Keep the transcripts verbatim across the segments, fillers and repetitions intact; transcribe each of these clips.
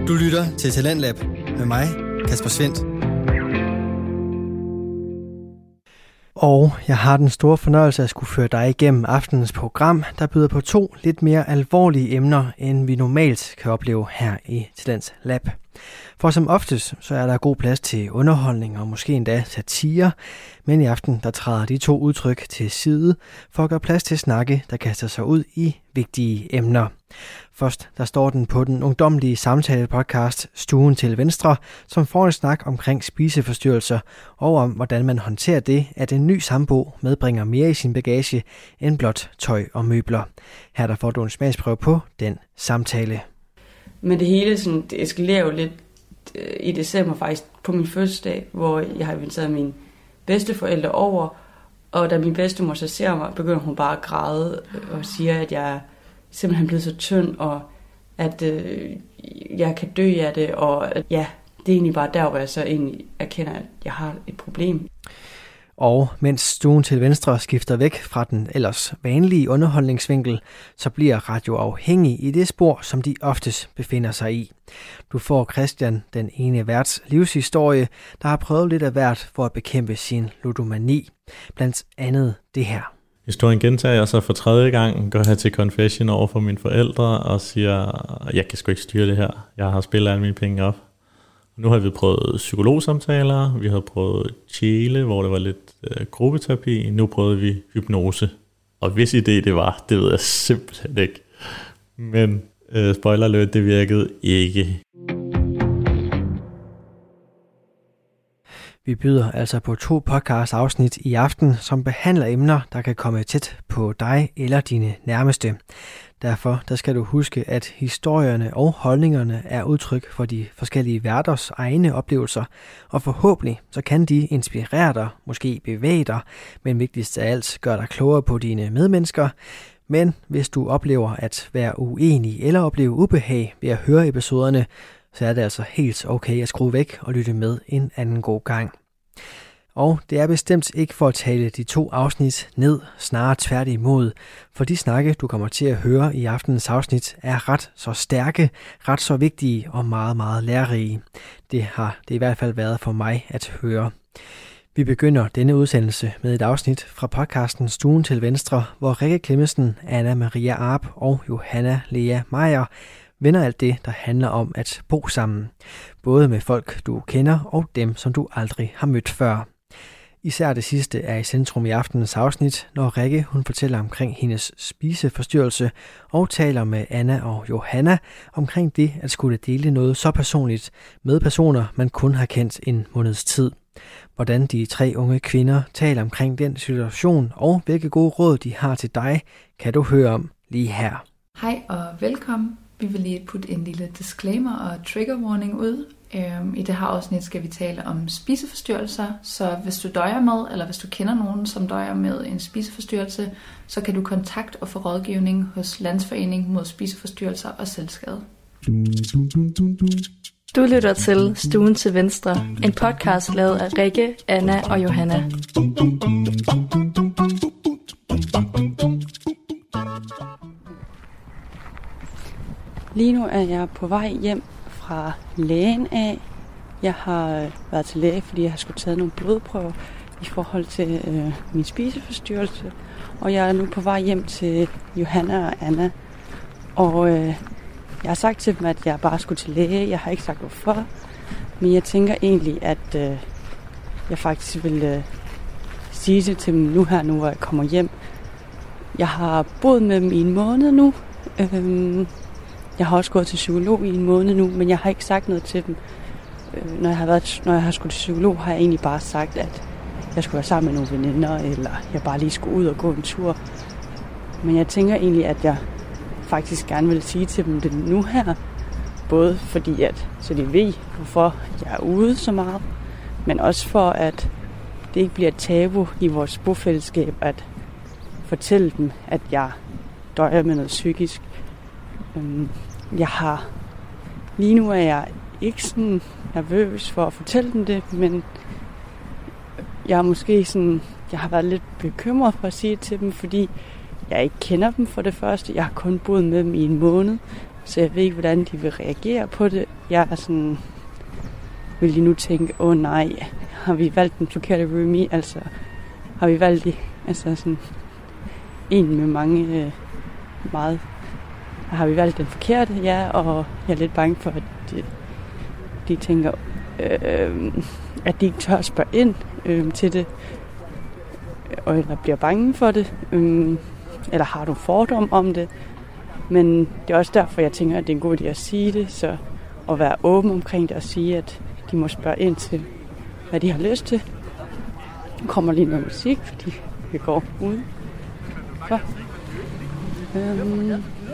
Du lytter til Talentlab med mig, Kasper Svendt. Og jeg har den store fornøjelse at skulle føre dig igennem aftenens program, der byder på to lidt mere alvorlige emner, end vi normalt kan opleve her i Talentlab. For som oftest, så er der god plads til underholdning og måske endda satire, men i aften der træder de to udtryk til side for at gøre plads til snakke, der kaster sig ud i vigtige emner. Først der står den på den ungdomlige samtale-podcast Stuen til Venstre, som får en snak omkring spiseforstyrrelser og om, hvordan man håndterer det, at en ny sambo medbringer mere i sin bagage end blot tøj og møbler. Her der får du en smagsprøve på den samtale. Men det hele sådan, det eskalerer jo lidt øh, i december faktisk på min fødselsdag, hvor jeg har inviteret mine bedsteforældre over, og da min bedstemor så ser mig, begynder hun bare at græde og siger, at jeg er simpelthen blevet så tynd, og at øh, jeg kan dø af det, og at, ja, det er egentlig bare der, hvor jeg så egentlig erkender, at jeg har et problem. Og mens Stuen til Venstre skifter væk fra den ellers vanlige underholdningsvinkel, så bliver radioafhængig i det spor, som de oftest befinder sig i. Du får Christian, den ene værts livshistorie, der har prøvet lidt af hvert for at bekæmpe sin ludomani. Blandt andet det her. Historien gentager jeg så for tredje gang, går jeg til confession over for mine forældre og siger, jeg kan sgu ikke styre det her. Jeg har spillet alle mine penge op. Nu har vi prøvet psykologsamtaler, vi har prøvet Chile, hvor det var lidt øh, gruppeterapi. Nu prøvede vi hypnose. Og hvis idé det var, det ved jeg simpelthen ikke. Men øh, spoiler alert, det virkede ikke. Vi byder altså på to podcast-afsnit i aften, som behandler emner, der kan komme tæt på dig eller dine nærmeste. Derfor der skal du huske, at historierne og holdningerne er udtryk for de forskellige værters egne oplevelser, og forhåbentlig så kan de inspirere dig, måske bevæge dig, men vigtigst af alt gør dig klogere på dine medmennesker. Men hvis du oplever at være uenig eller opleve ubehag ved at høre episoderne, så er det altså helt okay at skrue væk og lytte med en anden god gang. Og det er bestemt ikke for at tale de to afsnit ned, snarere tværtimod, for de snakke, du kommer til at høre i aftenens afsnit, er ret så stærke, ret så vigtige og meget, meget lærerige. Det har det i hvert fald været for mig at høre. Vi begynder denne udsendelse med et afsnit fra podcasten Stuen til Venstre, hvor Rikke Clemmensen, Anna Maria Arp og Johanna Lea Meyer vender alt det, der handler om at bo sammen. Både med folk, du kender, og dem, som du aldrig har mødt før. Især det sidste er i centrum i aftenens afsnit, når Rikke hun fortæller omkring hendes spiseforstyrrelse og taler med Anna og Johanna omkring det at skulle dele noget så personligt med personer, man kun har kendt en måneds tid. Hvordan de tre unge kvinder taler omkring den situation og hvilke gode råd de har til dig, kan du høre om lige her. Hej og velkommen. Vi vil lige putte en lille disclaimer og trigger warning ud. I det her afsnit skal vi tale om spiseforstyrrelser, så hvis du døjer med, eller hvis du kender nogen, som døjer med en spiseforstyrrelse, så kan du kontakte og få rådgivning hos Landsforening mod spiseforstyrrelser og selvskade. Du lytter til Stuen til Venstre, en podcast lavet af Rikke, Anna og Johanna. Lige nu er jeg på vej hjem fra lægen af. Jeg har været til læge, fordi jeg har skulle tage nogle blodprøver i forhold til øh, min spiseforstyrrelse. Og jeg er nu på vej hjem til Johanna og Anna. Og øh, jeg har sagt til dem, at jeg bare skulle til læge. Jeg har ikke sagt hvorfor. Men jeg tænker egentlig, at øh, jeg faktisk vil øh, sige det til dem nu her, nu hvor jeg kommer hjem. Jeg har boet med dem i en måned nu. Øh, Jeg har også gået til psykolog i en måned nu, men jeg har ikke sagt noget til dem. Når jeg har, været, når jeg har skulle til psykolog, har jeg egentlig bare sagt, at jeg skulle være sammen med nogle veninder, eller jeg bare lige skulle ud og gå en tur. Men jeg tænker egentlig, at jeg faktisk gerne vil sige til dem det nu her. Både fordi, at så de ved, hvorfor jeg er ude så meget, men også for, at det ikke bliver et tabu i vores bofællesskab, at fortælle dem, at jeg døjer med noget psykisk. Jeg har... Lige nu er jeg ikke sådan nervøs for at fortælle dem det, men jeg er måske sådan... Jeg har været lidt bekymret for at sige det til dem, fordi jeg ikke kender dem for det første. Jeg har kun boet med dem i en måned, Så jeg ved ikke, hvordan de vil reagere på det. Jeg er sådan, vil de nu tænke, åh oh, nej, har vi valgt den forkerte roomie? Altså, har vi valgt det, altså sådan, en med mange, øh, meget, har vi valgt den forkerte? Ja, og jeg er lidt bange for, at de, de tænker, øh, at de ikke tør at spørge ind øh, til det, og eller bliver bange for det, øh, eller har du fordom om det. Men det er også derfor, jeg tænker, at det er en god idé at sige det, så at være åben omkring det og sige, at de må spørge ind til, hvad de har lyst til. Nu kommer lige noget musik, fordi vi går ud. Så. Øhm.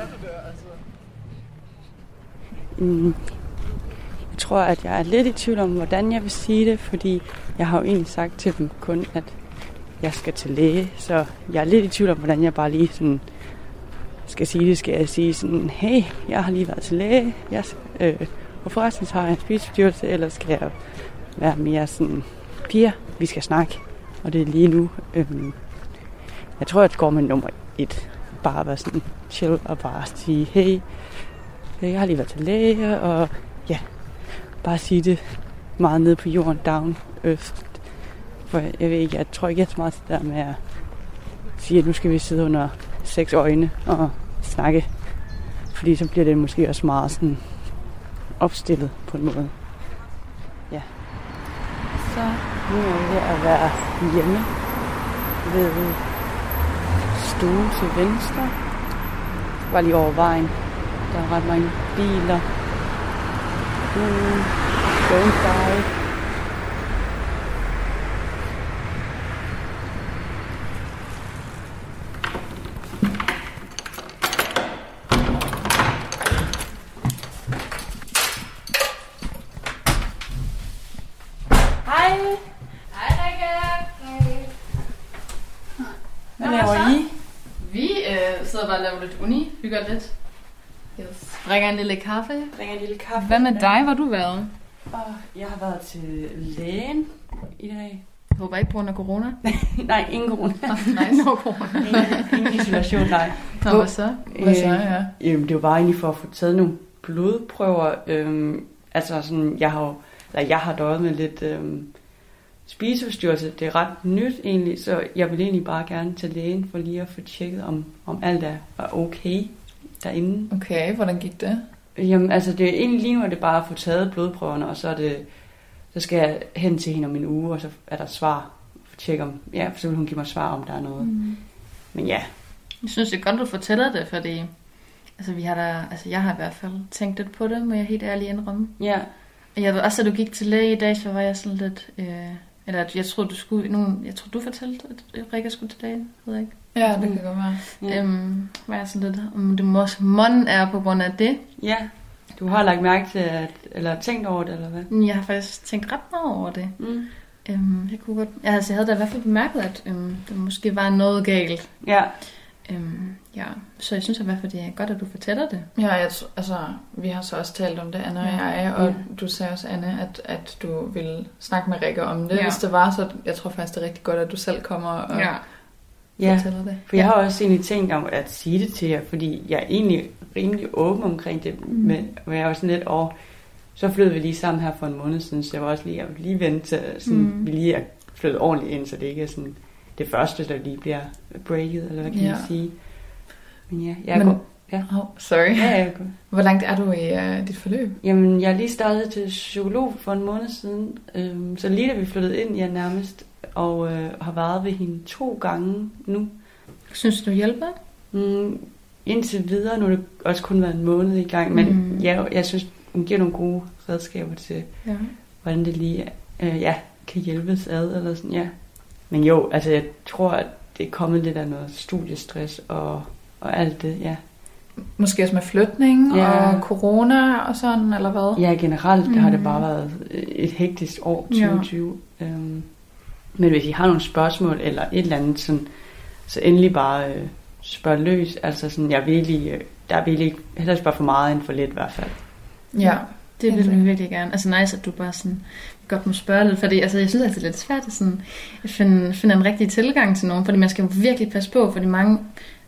Mm. Jeg tror, at jeg er lidt i tvivl om, hvordan jeg vil sige det, fordi jeg har jo egentlig sagt til dem kun, at jeg skal til læge, så jeg er lidt i tvivl om, hvordan jeg bare lige sådan skal sige det. Skal jeg sige sådan, hey, jeg har lige været til læge, jeg, øh, og forresten så har jeg en spiseforstyrrelse, eller skal jeg være mere sådan, Pia, vi skal snakke, og det er lige nu. Øh, jeg tror, at det går med nummer et. Bare være sådan chill og bare sige, hey, jeg har lige været til læge, og ja, bare sige det meget nede på jorden, down earth. For jeg, jeg ved ikke, jeg tror ikke, jeg er så meget til der med at sige, at nu skal vi sidde under seks øjne og snakke. Fordi så bliver det måske også meget sådan opstillet på en måde. Ja. Så nu er jeg ved at være hjemme ved stuen til venstre. Jeg var lige over vejen. Der er ret mange biler. Mm, don't die. Lidt uni, hygger lidt. Yes. Drikker en lille kaffe. Drikker en lille kaffe. Hvad med dig? Hvor har du været? Oh, jeg har været til lægen i dag. Jeg håber ikke på grund af corona. Nej, ingen corona. Oh, nej, no corona. ingen, ingen isolation, nej. Nå, hvad så? Hvad så, ja? Øh, det var bare egentlig for at få taget nogle blodprøver. Øhm, altså sådan, jeg har jo, eller jeg har døjet med lidt øhm, spiseforstyrrelse. Det er ret nyt egentlig, så jeg vil egentlig bare gerne til lægen for lige at få tjekket, om, om alt er, er okay derinde. Okay, hvordan gik det? Jamen, altså det er egentlig lige nu, at det bare at få taget blodprøverne, og så er det, så skal jeg hen til hende om en uge, og så er der svar. For tjekke om, ja, så vil hun give mig svar, om der er noget. Mm. Men ja. Jeg synes, det er godt, du fortæller det, fordi altså, vi har da, altså, jeg har i hvert fald tænkt lidt på det, må jeg helt ærligt indrømme. Ja. Og jeg ved også, at du gik til læge i dag, så var jeg sådan lidt, øh, eller at jeg troede, du skulle, nogen, jeg tror du fortalte, at Rikke skulle til læge, ved jeg ikke. Ja, det kan godt være. Ja. Øhm, var jeg sådan lidt, om det må mon er på grund af det. Ja, du har lagt mærke til, at, eller tænkt over det, eller hvad? Jeg har faktisk tænkt ret meget over det. Mm. Øhm, jeg kunne godt, altså, jeg havde da i hvert fald bemærket, at øhm, der måske var noget galt. Ja. Øhm, ja, så jeg synes i hvert fald, det er godt, at du fortæller det. Ja, jeg, altså, vi har så også talt om det, Anna og jeg, og ja. Du sagde også, Anna, at, at du ville snakke med Rikke om det. Ja. Hvis det var, så jeg tror faktisk, det er rigtig godt, at du selv kommer og ja. Ja, fortæller det. For jeg har også egentlig tænkt om at sige det til jer, fordi jeg er egentlig rimelig åben omkring det, mm. men jeg var sådan lidt over, så flyttede vi lige sammen her for en måned siden, så jeg var også lige, jeg lige vente til, sådan, mm. vi lige er flyttet ordentligt ind, så det ikke er sådan det første, der lige bliver breaket, eller hvad kan ja. man sige. Men ja, jeg Men, går... Ja. Oh, sorry. Ja, jeg går. Hvor langt er du i uh, dit forløb? Jamen, jeg er lige startet til psykolog for en måned siden, øhm, så lige da vi flyttede ind, ja nærmest, og øh, har været ved hende to gange nu. Synes du hjælper? Mm, indtil videre, nu har det også kun været en måned i gang, men mm. ja, jeg synes, hun giver nogle gode redskaber til, ja. hvordan det lige øh, ja, kan hjælpes ad, eller sådan, ja. Men jo, altså jeg tror, at det er kommet lidt af noget studiestress og, og alt det, ja. Måske også med flytning ja. og corona og sådan, eller hvad? Ja, generelt mm. har det bare været et hektisk år, tyve tyve. Ja. Øhm, men hvis I har nogle spørgsmål eller et eller andet, sådan, så endelig bare øh, spørg løs. Altså sådan, jeg vil lige, øh, der er virkelig heller bare for meget end for lidt i hvert fald. Ja, det vil vi virkelig gerne. Altså nice, at du bare sådan godt må spørge lidt, fordi altså, jeg synes, at det er lidt svært at, sådan, at finde, finde en rigtig tilgang til nogen, fordi man skal jo virkelig passe på, fordi mange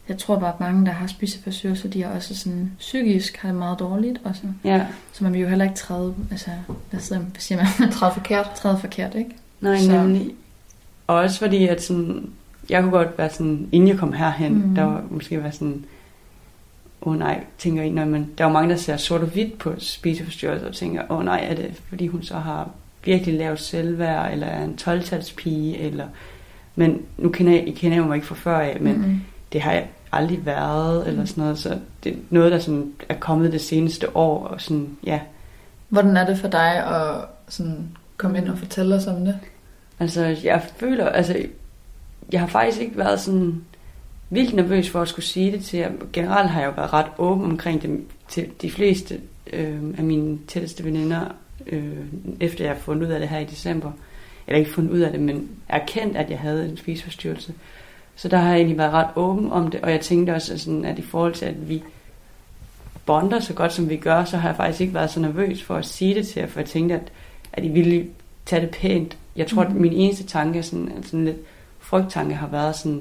jeg tror bare, at mange, der har spiseforstyrrelser, de er også sådan psykisk har det meget dårligt også. Ja. Så man vil jo heller ikke træde, altså, hvad siger man? Træde forkert. Træde forkert, ikke? Nej, så. nemlig. Og også fordi, at sådan, jeg kunne godt være sådan, inden jeg kom herhen, mm. der var måske være sådan, åh oh, nej, tænker jeg, når man, der er jo mange, der ser sort og hvidt på spiseforstyrrelser, og tænker, åh oh, nej, er det fordi hun så har virkelig lavt selvværd, eller er en tolv-talspige, eller, men nu kender jeg, I kender jeg mig ikke fra før af, men mm. det har jeg aldrig været, eller sådan noget, så det er noget, der sådan er kommet det seneste år, og sådan, ja. Hvordan er det for dig at sådan komme ind og fortælle os om det? Altså, jeg føler, altså, jeg har faktisk ikke været sådan vildt nervøs for at skulle sige det til jer. Generelt har jeg jo været ret åben omkring det til de fleste øh, af mine tætteste veninder, øh, efter jeg har fundet ud af det her i december. Eller ikke fundet ud af det, men erkendt, at jeg havde en spiseforstyrrelse. Så der har jeg egentlig været ret åben om det, og jeg tænkte også, sådan, at i forhold til, at vi bonder så godt, som vi gør, så har jeg faktisk ikke været så nervøs for at sige det til jer, for jeg tænkte, at, at I ville tage det pænt. Jeg tror, mm. at min eneste tanke, sådan, sådan lidt frygttanke, har været sådan,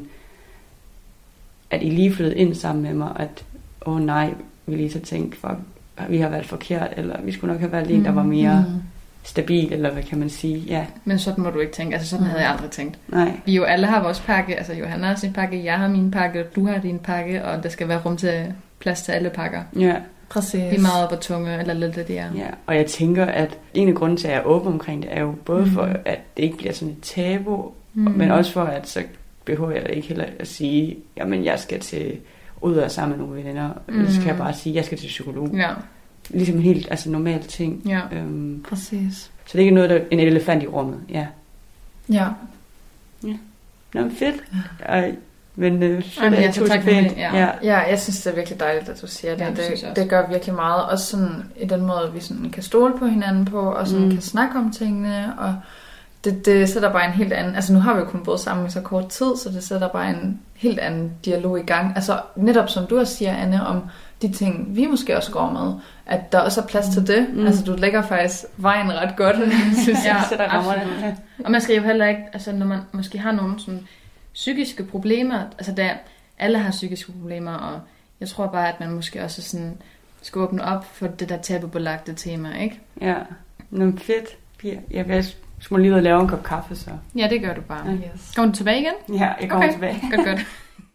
at I lige flyttede ind sammen med mig, at åh oh, nej, vi lige så tænkte, fuck, vi har været forkert, eller vi skulle nok have valgt en, der var mere mm. stabil, eller hvad kan man sige, ja. Men sådan må du ikke tænke, altså sådan mm. havde jeg aldrig tænkt. Nej. Vi jo alle har vores pakke, altså Johanna har sin pakke, jeg har min pakke, du har din pakke, og der skal være rum til plads til alle pakker. Ja. Præcis. Vi er meget op på tunge, eller lidt det der. Ja, og jeg tænker, at en af grunden til, at jeg er åben omkring det, er jo både mm. for, at det ikke bliver sådan et tabu, mm. men også for, at så behøver jeg ikke heller at sige, jamen jeg skal til ud og sammen med nogle veninder, mm. så kan jeg bare sige, at jeg skal til psykolog. Ja. Ligesom en helt altså, normal ting. Ja, øhm, præcis. Så det er ikke noget, der en elefant i rummet, ja. Ja. Ja. Nå, men fedt. Ej, men øh, fedt, Ej, men jeg at så tak for det. Ja. Ja. ja, jeg synes, det er virkelig dejligt, at du siger det. Ja, det, det, det, det gør virkelig meget. Også sådan i den måde, vi sådan kan stole på hinanden på, og sådan mm. kan snakke om tingene, og det, det sætter bare en helt anden... Altså nu har vi jo kun boet sammen i så kort tid, så det sætter bare en helt anden dialog i gang. Altså netop som du også siger, Anne, om de ting, vi måske også går med, at der også er plads til det. Mm. Altså du lægger faktisk vejen ret godt, synes jeg. Ja, sætter rammerne. Og man skal jo heller ikke... Altså når man måske har nogle sådan psykiske problemer... Altså der, alle har psykiske problemer, og jeg tror bare, at man måske også sådan skal åbne op for det der tabubelagte tema, ikke? Ja, nå fedt. Jeg vil skulle lige ud og lave en kop kaffe, så. Ja, det gør du bare. Ja. Yes. Kommer du tilbage igen? Ja, jeg kommer okay. tilbage. Godt, godt.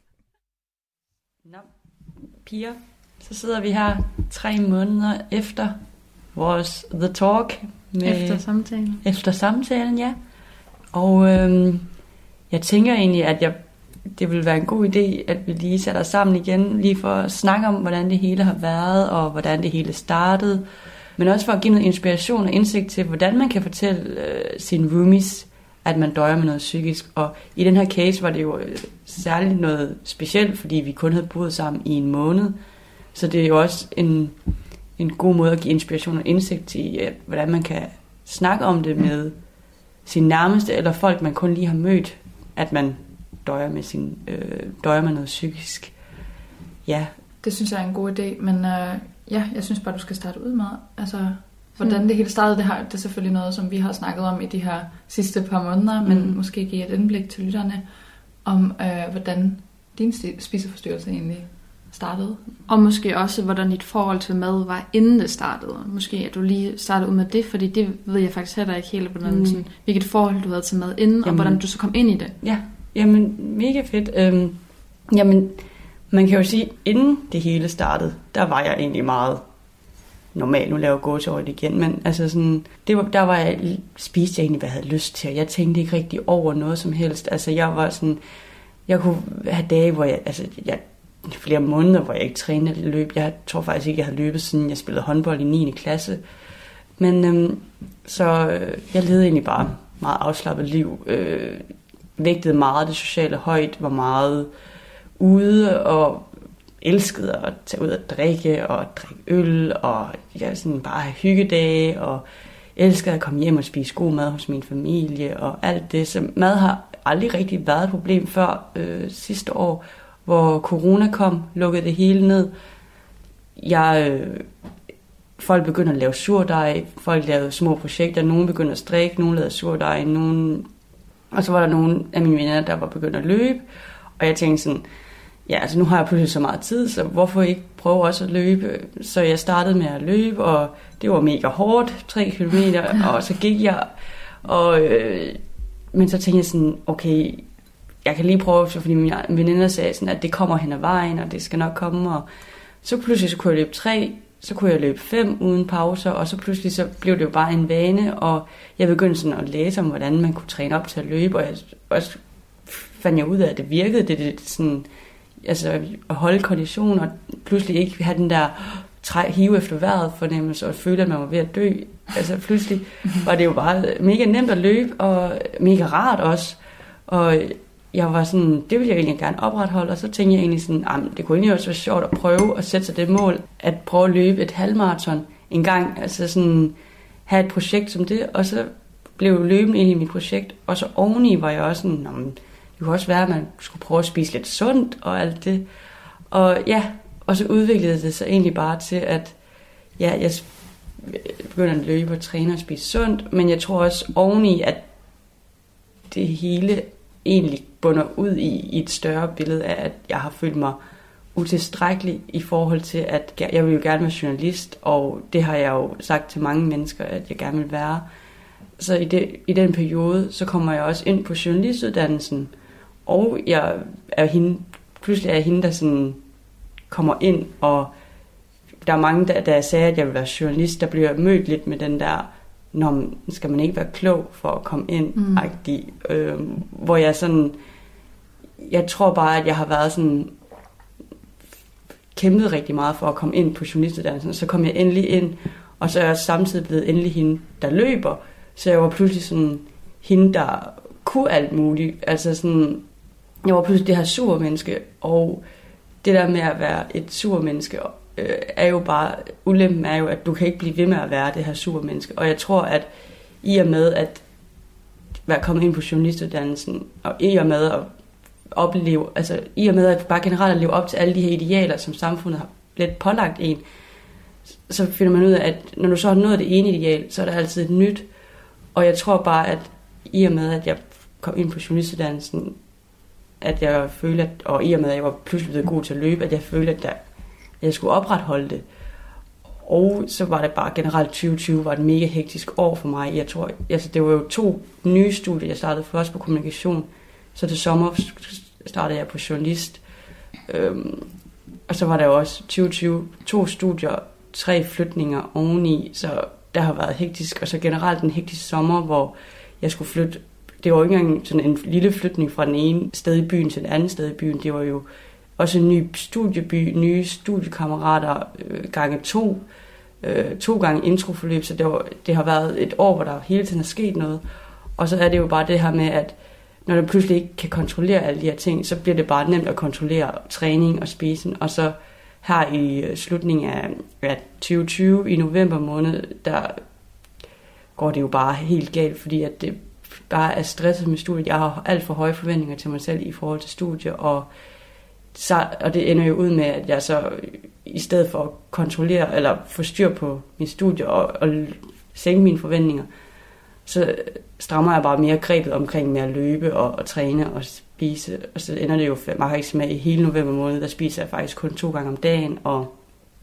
Nå, piger, så sidder vi her tre måneder efter vores The Talk. Med efter samtalen. Efter samtalen, ja. Og øhm, jeg tænker egentlig, at jeg, det vil være en god idé, at vi lige sætter os sammen igen, lige for at snakke om, hvordan det hele har været, og hvordan det hele startede. Men også for at give noget inspiration og indsigt til, hvordan man kan fortælle øh, sine roomies, at man døjer med noget psykisk. Og i den her case var det jo øh, særligt noget specielt, fordi vi kun havde boet sammen i en måned. Så det er jo også en, en god måde at give inspiration og indsigt i, øh, hvordan man kan snakke om det med sine nærmeste, eller folk, man kun lige har mødt, at man døjer med, sin, øh, døjer med noget psykisk. Ja. Det synes jeg er en god idé, men... Øh Ja, jeg synes bare, du skal starte ud med, altså, hvordan det hele startede. Det, har, det er selvfølgelig noget, som vi har snakket om i de her sidste par måneder, men mm. måske give et indblik til lytterne om, øh, hvordan din spiseforstyrrelse egentlig startede. Og måske også, hvordan dit forhold til mad var, inden det startede. Måske at du lige startede ud med det, fordi det ved jeg faktisk heller ikke helt, hvordan, mm. sådan, hvilket forhold du havde til mad inden, jamen, og hvordan du så kom ind i det. Ja, jamen mega fedt. Øhm, jamen... Man kan jo sige, inden det hele startede, der var jeg egentlig meget normal. Nu laver jeg gåseøjne igen, men altså sådan, det var, der var jeg, spiste jeg egentlig, hvad jeg havde lyst til. Jeg tænkte ikke rigtig over noget som helst. Altså jeg var sådan, jeg kunne have dage, hvor jeg, altså jeg, flere måneder, hvor jeg ikke trænede eller løb. Jeg tror faktisk ikke, jeg havde løbet, siden jeg spillede håndbold i niende klasse. Men øhm, så øh, jeg levede egentlig bare meget afslappet liv. Øh, vægtede meget det sociale højt, var meget ude og elskede at tage ud og drikke og drikke øl og ja, sådan bare have hyggedage og elskede at komme hjem og spise god mad hos min familie og alt det. Så mad har aldrig rigtig været et problem før øh, sidste år, hvor corona kom, lukkede det hele ned. Jeg, øh, folk begynder at lave surdej, folk lavede små projekter, nogen begynder at strikke, nogen lavede surdej, nogen... og så var der nogle af mine venner, der var begyndt at løbe, og jeg tænkte sådan, ja, altså nu har jeg pludselig så meget tid, så hvorfor ikke prøve også at løbe? Så jeg startede med at løbe, og det var mega hårdt, tre kilometer, og så gik jeg, og, øh, men så tænkte jeg sådan, okay, jeg kan lige prøve, fordi mine veninder sagde sådan, at det kommer hen ad vejen, og det skal nok komme, og så pludselig så kunne jeg løbe tre, så kunne jeg løbe fem uden pauser, og så pludselig så blev det jo bare en vane, og jeg begyndte sådan at læse om, hvordan man kunne træne op til at løbe, og jeg også fandt jeg ud af, at det virkede, det, det sådan, altså at holde kondition, og pludselig ikke have den der træ, hive efter vejret fornemmelse, og føle, at man var ved at dø. Altså pludselig var det jo bare mega nemt at løbe, og mega rart også, og jeg var sådan, det ville jeg egentlig gerne opretholde, og så tænkte jeg egentlig sådan, ah, det kunne egentlig også være sjovt at prøve at sætte sig det mål, at prøve at løbe et halvmaraton en gang, altså sådan have et projekt som det, og så blev løben ind i mit projekt, og så oveni var jeg også sådan, nah, det kunne også være, at man skulle prøve at spise lidt sundt og alt det, og ja, og så udviklede det sig egentlig bare til, at ja, jeg begyndte at løbe og træne og spise sundt, men jeg tror også oveni, at det hele egentlig bunder ud i, i et større billede af, at jeg har følt mig utilstrækkelig i forhold til, at jeg vil jo gerne være journalist, og det har jeg jo sagt til mange mennesker, at jeg gerne vil være. Så i, det, i den periode, så kommer jeg også ind på journalistuddannelsen, og jeg er hende, pludselig er jeg hende, der sådan kommer ind, og der er mange, der, der sagde, at jeg vil være journalist, der bliver mødt lidt med den der, når skal man ikke være klog for at komme ind, mm. øh, hvor jeg sådan, jeg tror bare, at jeg har været sådan, kæmpet rigtig meget for at komme ind på journalistuddannelsen, så kom jeg endelig ind, og så er jeg samtidig blevet endelig hende, der løber, så jeg var pludselig sådan, hende, der kunne alt muligt, altså sådan, jeg var pludselig det her supermenneske, og det der med at være et supermenneske, øh, er jo bare, ulempen er jo, at du kan ikke blive ved med at være det her supermenneske, og jeg tror, at i og med at være kommet ind på journalistuddannelsen, og i og med at opleve, altså i og med at bare generelt at leve op til alle de her idealer, som samfundet har lidt pålagt en, så finder man ud af, at når du så har nået det ene ideal, så er der altid et nyt, og jeg tror bare, at i og med, at jeg kom ind på journalistuddannelsen, at jeg følte, at, og i og med, at jeg var pludselig blevet god til at løbe, at jeg følte, at jeg, at jeg skulle opretholde det. Og så var det bare generelt tyve tyve var et mega hektisk år for mig. Jeg tror, altså det var jo to nye studier. Jeg startede først på kommunikation, så til sommer startede jeg på journalist. Øhm, og så var der jo også tyve tyve to studier, tre flytninger oveni, så der har været hektisk. Og så generelt en hektisk sommer, hvor jeg skulle flytte. Det var jo ikke engang sådan en lille flytning fra den ene sted i byen til den anden sted i byen. Det var jo også en ny studieby, nye studiekammerater, øh, gange to, øh, to gange introforløb, så det, var, det har været et år, hvor der hele tiden er sket noget. Og så er det jo bare det her med, at når du pludselig ikke kan kontrollere alle de her ting, så bliver det bare nemt at kontrollere træning og spisen. Og så her i slutningen af, af tyve tyve, i november måned, der går det jo bare helt galt, fordi at det bare er stresset med studiet. Jeg har alt for høje forventninger til mig selv i forhold til studiet, og, så, og det ender jo ud med, at jeg så i stedet for at kontrollere eller få styr på min studie og, og sænke mine forventninger, så strammer jeg bare mere grebet omkring med at løbe og, og træne og spise, og så ender det jo faktisk med i hele november måned, der spiser jeg faktisk kun to gange om dagen, og,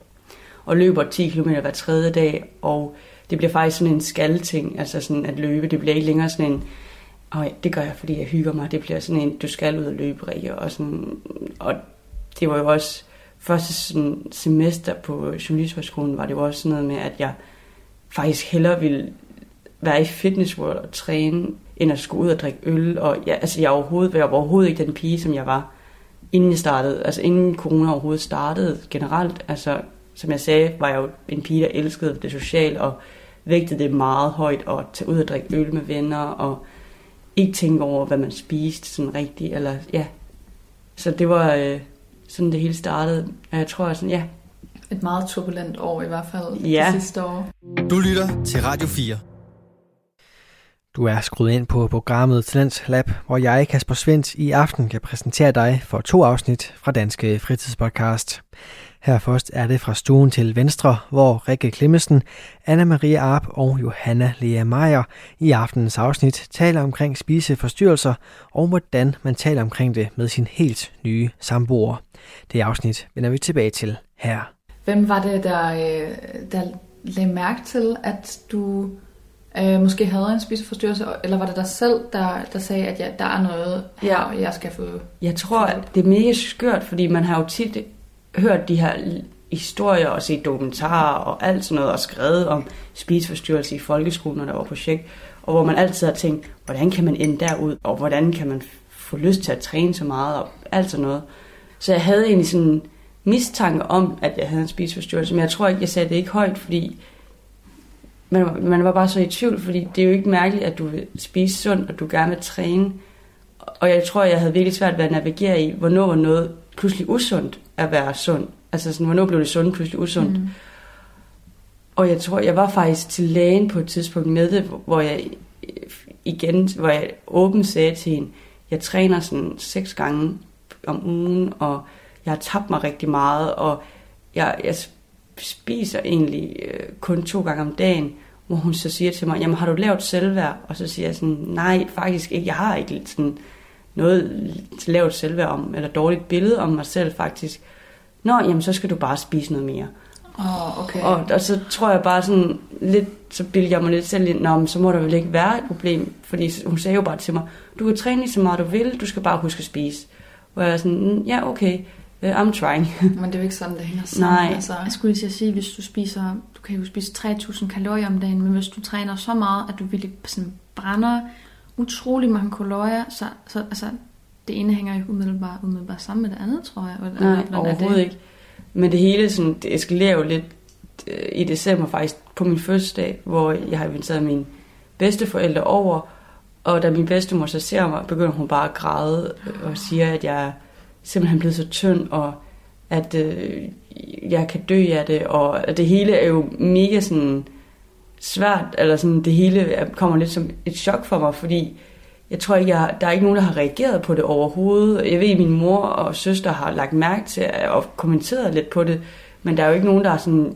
og løber ti kilometer hver tredje dag, og det bliver faktisk sådan en skal-ting, altså sådan at løbe, det bliver ikke længere sådan en, åh, det gør jeg, fordi jeg hygger mig, det bliver sådan en, du skal ud og løbe, Rikke, og sådan, og det var jo også, første sådan semester på journalisthøjskolen, var det jo også sådan noget med, at jeg faktisk hellere ville være i Fitness World og træne, end at skulle ud og drikke øl, og ja, altså jeg overhovedet, jeg var overhovedet ikke den pige, som jeg var, inden jeg startede, altså inden corona overhovedet startede generelt, altså som jeg sagde, var jeg jo en pige, der elskede det sociale, og vægtede det meget højt, og tage ud og drikke øl med venner, og ikke tænke over, hvad man spiste sådan rigtigt, eller ja. Så det var øh, sådan, det hele startede, og jeg tror sådan, ja. Et meget turbulent år i hvert fald, ja. Det sidste år. Du lytter til Radio fire. Du er skruet ind på programmet Talents Lab, hvor jeg, Kasper Svendt, i aften kan præsentere dig for to afsnit fra Danske Fritidspodcast. Her først er det fra stuen til venstre, hvor Rikke Clemmensen, Anna Marie Arp og Johanna Lea Meyer i aftenens afsnit taler omkring spiseforstyrrelser og hvordan man taler omkring det med sin helt nye samboer. Det afsnit vender vi tilbage til her. Hvem var det, der, der lagde mærke til, at du øh, måske havde en spiseforstyrrelse, eller var det dig selv, der, der sagde, at ja, der er noget her, ja. og jeg skal få... Jeg tror, at det er mega skørt, fordi man har jo tit hørt de her historier og set dokumentarer og alt sådan noget og skrevet om spiseforstyrrelse i folkeskolen, når der var projekt, og hvor man altid har tænkt, hvordan kan man ende derud, og hvordan kan man få lyst til at træne så meget og alt sådan noget. Så jeg havde egentlig sådan en mistanke om, at jeg havde en spiseforstyrrelse, men jeg tror ikke, jeg sagde det ikke højt, fordi man, man var bare så i tvivl, fordi det er jo ikke mærkeligt, at du vil spise sundt, og du gerne vil træne. Og jeg tror, jeg havde virkelig svært ved at navigere i, hvornår var noget pludselig usundt at være sund. Altså sådan, hvornår blev det sundt pludselig usundt. Mm. Og jeg tror, jeg var faktisk til lægen på et tidspunkt med det, hvor jeg igen, hvor jeg åbent sagde til hende, jeg træner sådan seks gange om ugen, og jeg har tabt mig rigtig meget, og jeg, jeg spiser egentlig øh, kun to gange om dagen, hvor hun så siger til mig, jamen har du lavt selvværd? Og så siger jeg sådan, nej, faktisk ikke, jeg har ikke sådan noget lavt selvværd om, eller dårligt billede om mig selv faktisk. Nå, jamen så skal du bare spise noget mere. Oh, okay. og, og så tror jeg bare sådan lidt, så bilder jeg mig lidt selv ind, nå, men så må der vel ikke være et problem, fordi hun sagde jo bare til mig, du kan træne lige så meget du vil, du skal bare huske at spise. Hvor jeg er sådan, ja okay, I'm trying. Men det er jo ikke sådan, det hænger sammen. Nej, altså. Jeg skulle lige sige, hvis du spiser, du kan jo spise tre tusind kalorier om dagen, men hvis du træner så meget, at du virkelig sådan brænder utrolig mange kalorier, så, så altså, det ene hænger jo umiddelbart, umiddelbart sammen med det andet, tror jeg. Nej, overhovedet ikke. Men det hele sådan, det eskalerer jo lidt i december faktisk på min fødselsdag, hvor jeg har inviteret mine bedsteforældre over, og da min bedstemor så ser mig, begynder hun bare at græde og siger, at jeg er simpelthen blevet så tynd, og at øh, jeg kan dø af det, og at det hele er jo mega sådan svært, eller sådan det hele kommer lidt som et chok for mig, fordi jeg tror ikke, jeg, der er ikke nogen, der har reageret på det overhovedet. Jeg ved, at min mor og søster har lagt mærke til og kommenteret lidt på det, men der er jo ikke nogen, der sådan,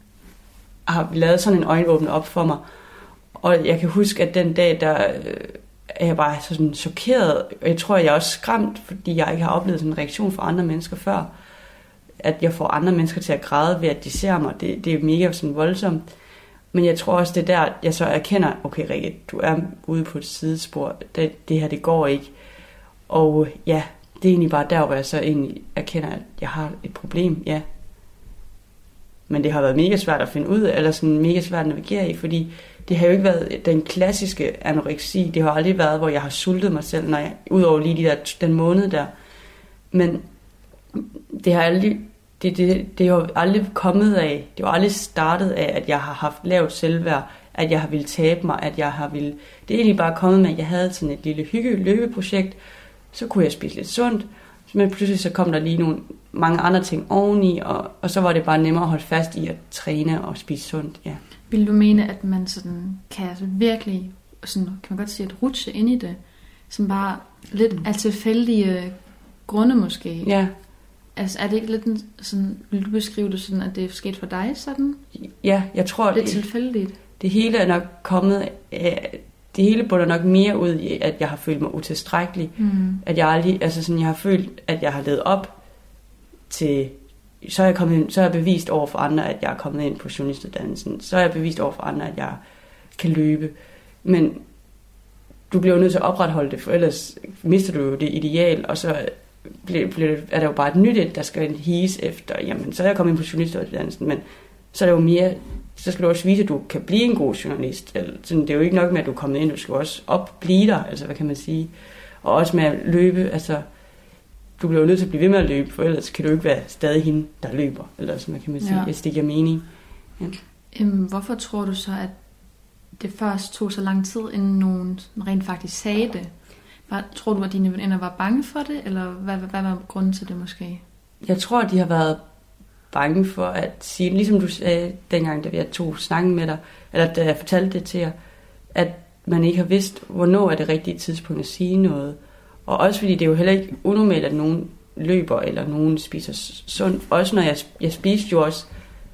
har lavet sådan en øjenåbner op for mig. Og jeg kan huske, at den dag, der øh, er jeg bare sådan chokeret, og jeg tror, jeg er også skræmt, fordi jeg ikke har oplevet sådan en reaktion fra andre mennesker før. At jeg får andre mennesker til at græde ved, at de ser mig. Det, det er mega sådan voldsomt. Men jeg tror også, det er der, jeg så erkender, okay Rikke, du er ude på et sidespor. Det, det her, det går ikke. Og ja, det er egentlig bare der, hvor jeg så egentlig erkender, at jeg har et problem, ja. Men det har været mega svært at finde ud af, eller sådan mega svært at navigere i, fordi det har jo ikke været den klassiske anoreksi. Det har aldrig været, hvor jeg har sultet mig selv, når jeg, udover lige de der, den måned der. Men det har aldrig, det, det, det har aldrig kommet af, det har aldrig startet af, at jeg har haft lavt selvværd, at jeg har ville tabe mig, at jeg har ville... Det er egentlig bare kommet med, at jeg havde sådan et lille hygge-løbeprojekt, så kunne jeg spise lidt sundt, men pludselig så kom der lige nogle mange andre ting oveni, og, og så var det bare nemmere at holde fast i at træne og spise sundt, ja. Vil du mene, at man sådan kan altså virkelig, sådan, kan man godt sige, at rutsche ind i det, som bare lidt af tilfældige grunde måske? Ja. Altså er det ikke lidt sådan, vil du beskrive det sådan, at det er sket for dig sådan? Ja, jeg tror... Lidt tilfældigt? Det hele er nok kommet af... Det hele bunder nok mere ud i, at jeg har følt mig utilstrækkelig. Mm. At jeg aldrig... Altså sådan, jeg har følt, at jeg har levet op til... Så er jeg, kommet, så er jeg bevist over for andre, at jeg er kommet ind på journalistuddannelsen. Så er jeg bevist over for andre, at jeg kan løbe. Men du bliver jo nødt til at opretholde det, for ellers mister du jo det ideal, og så bliver, bliver, er der jo bare et nyt et, der skal hise efter. Jamen, så er jeg kommet ind på journalistuddannelsen, men så er det jo mere... Så skal du også vise, at du kan blive en god journalist. Sådan, det er jo ikke nok med, at du er kommet ind, du skal også opblive dig, altså hvad kan man sige. Og også med at løbe, altså... Du bliver jo nødt til at blive ved med at løbe, for ellers kan du ikke være stadig hende, der løber. Eller sådan, hvad kan man sige, ja. Hvis det giver mening. Ja. Øhm, hvorfor tror du så, at det først tog så lang tid, inden nogen rent faktisk sagde det? Var, tror du, at dine veninder var bange for det, eller hvad, hvad var grunden til det måske? Jeg tror, de har været bange for at sige, ligesom du sagde dengang, da vi tog snakken med dig, eller da jeg fortalte det til jer, at man ikke har vidst, hvornår er det rigtige tidspunkt at sige noget. Og også fordi det er jo heller ikke unormalt, at nogen løber, eller nogen spiser sundt. Også når jeg, jeg spiste jo også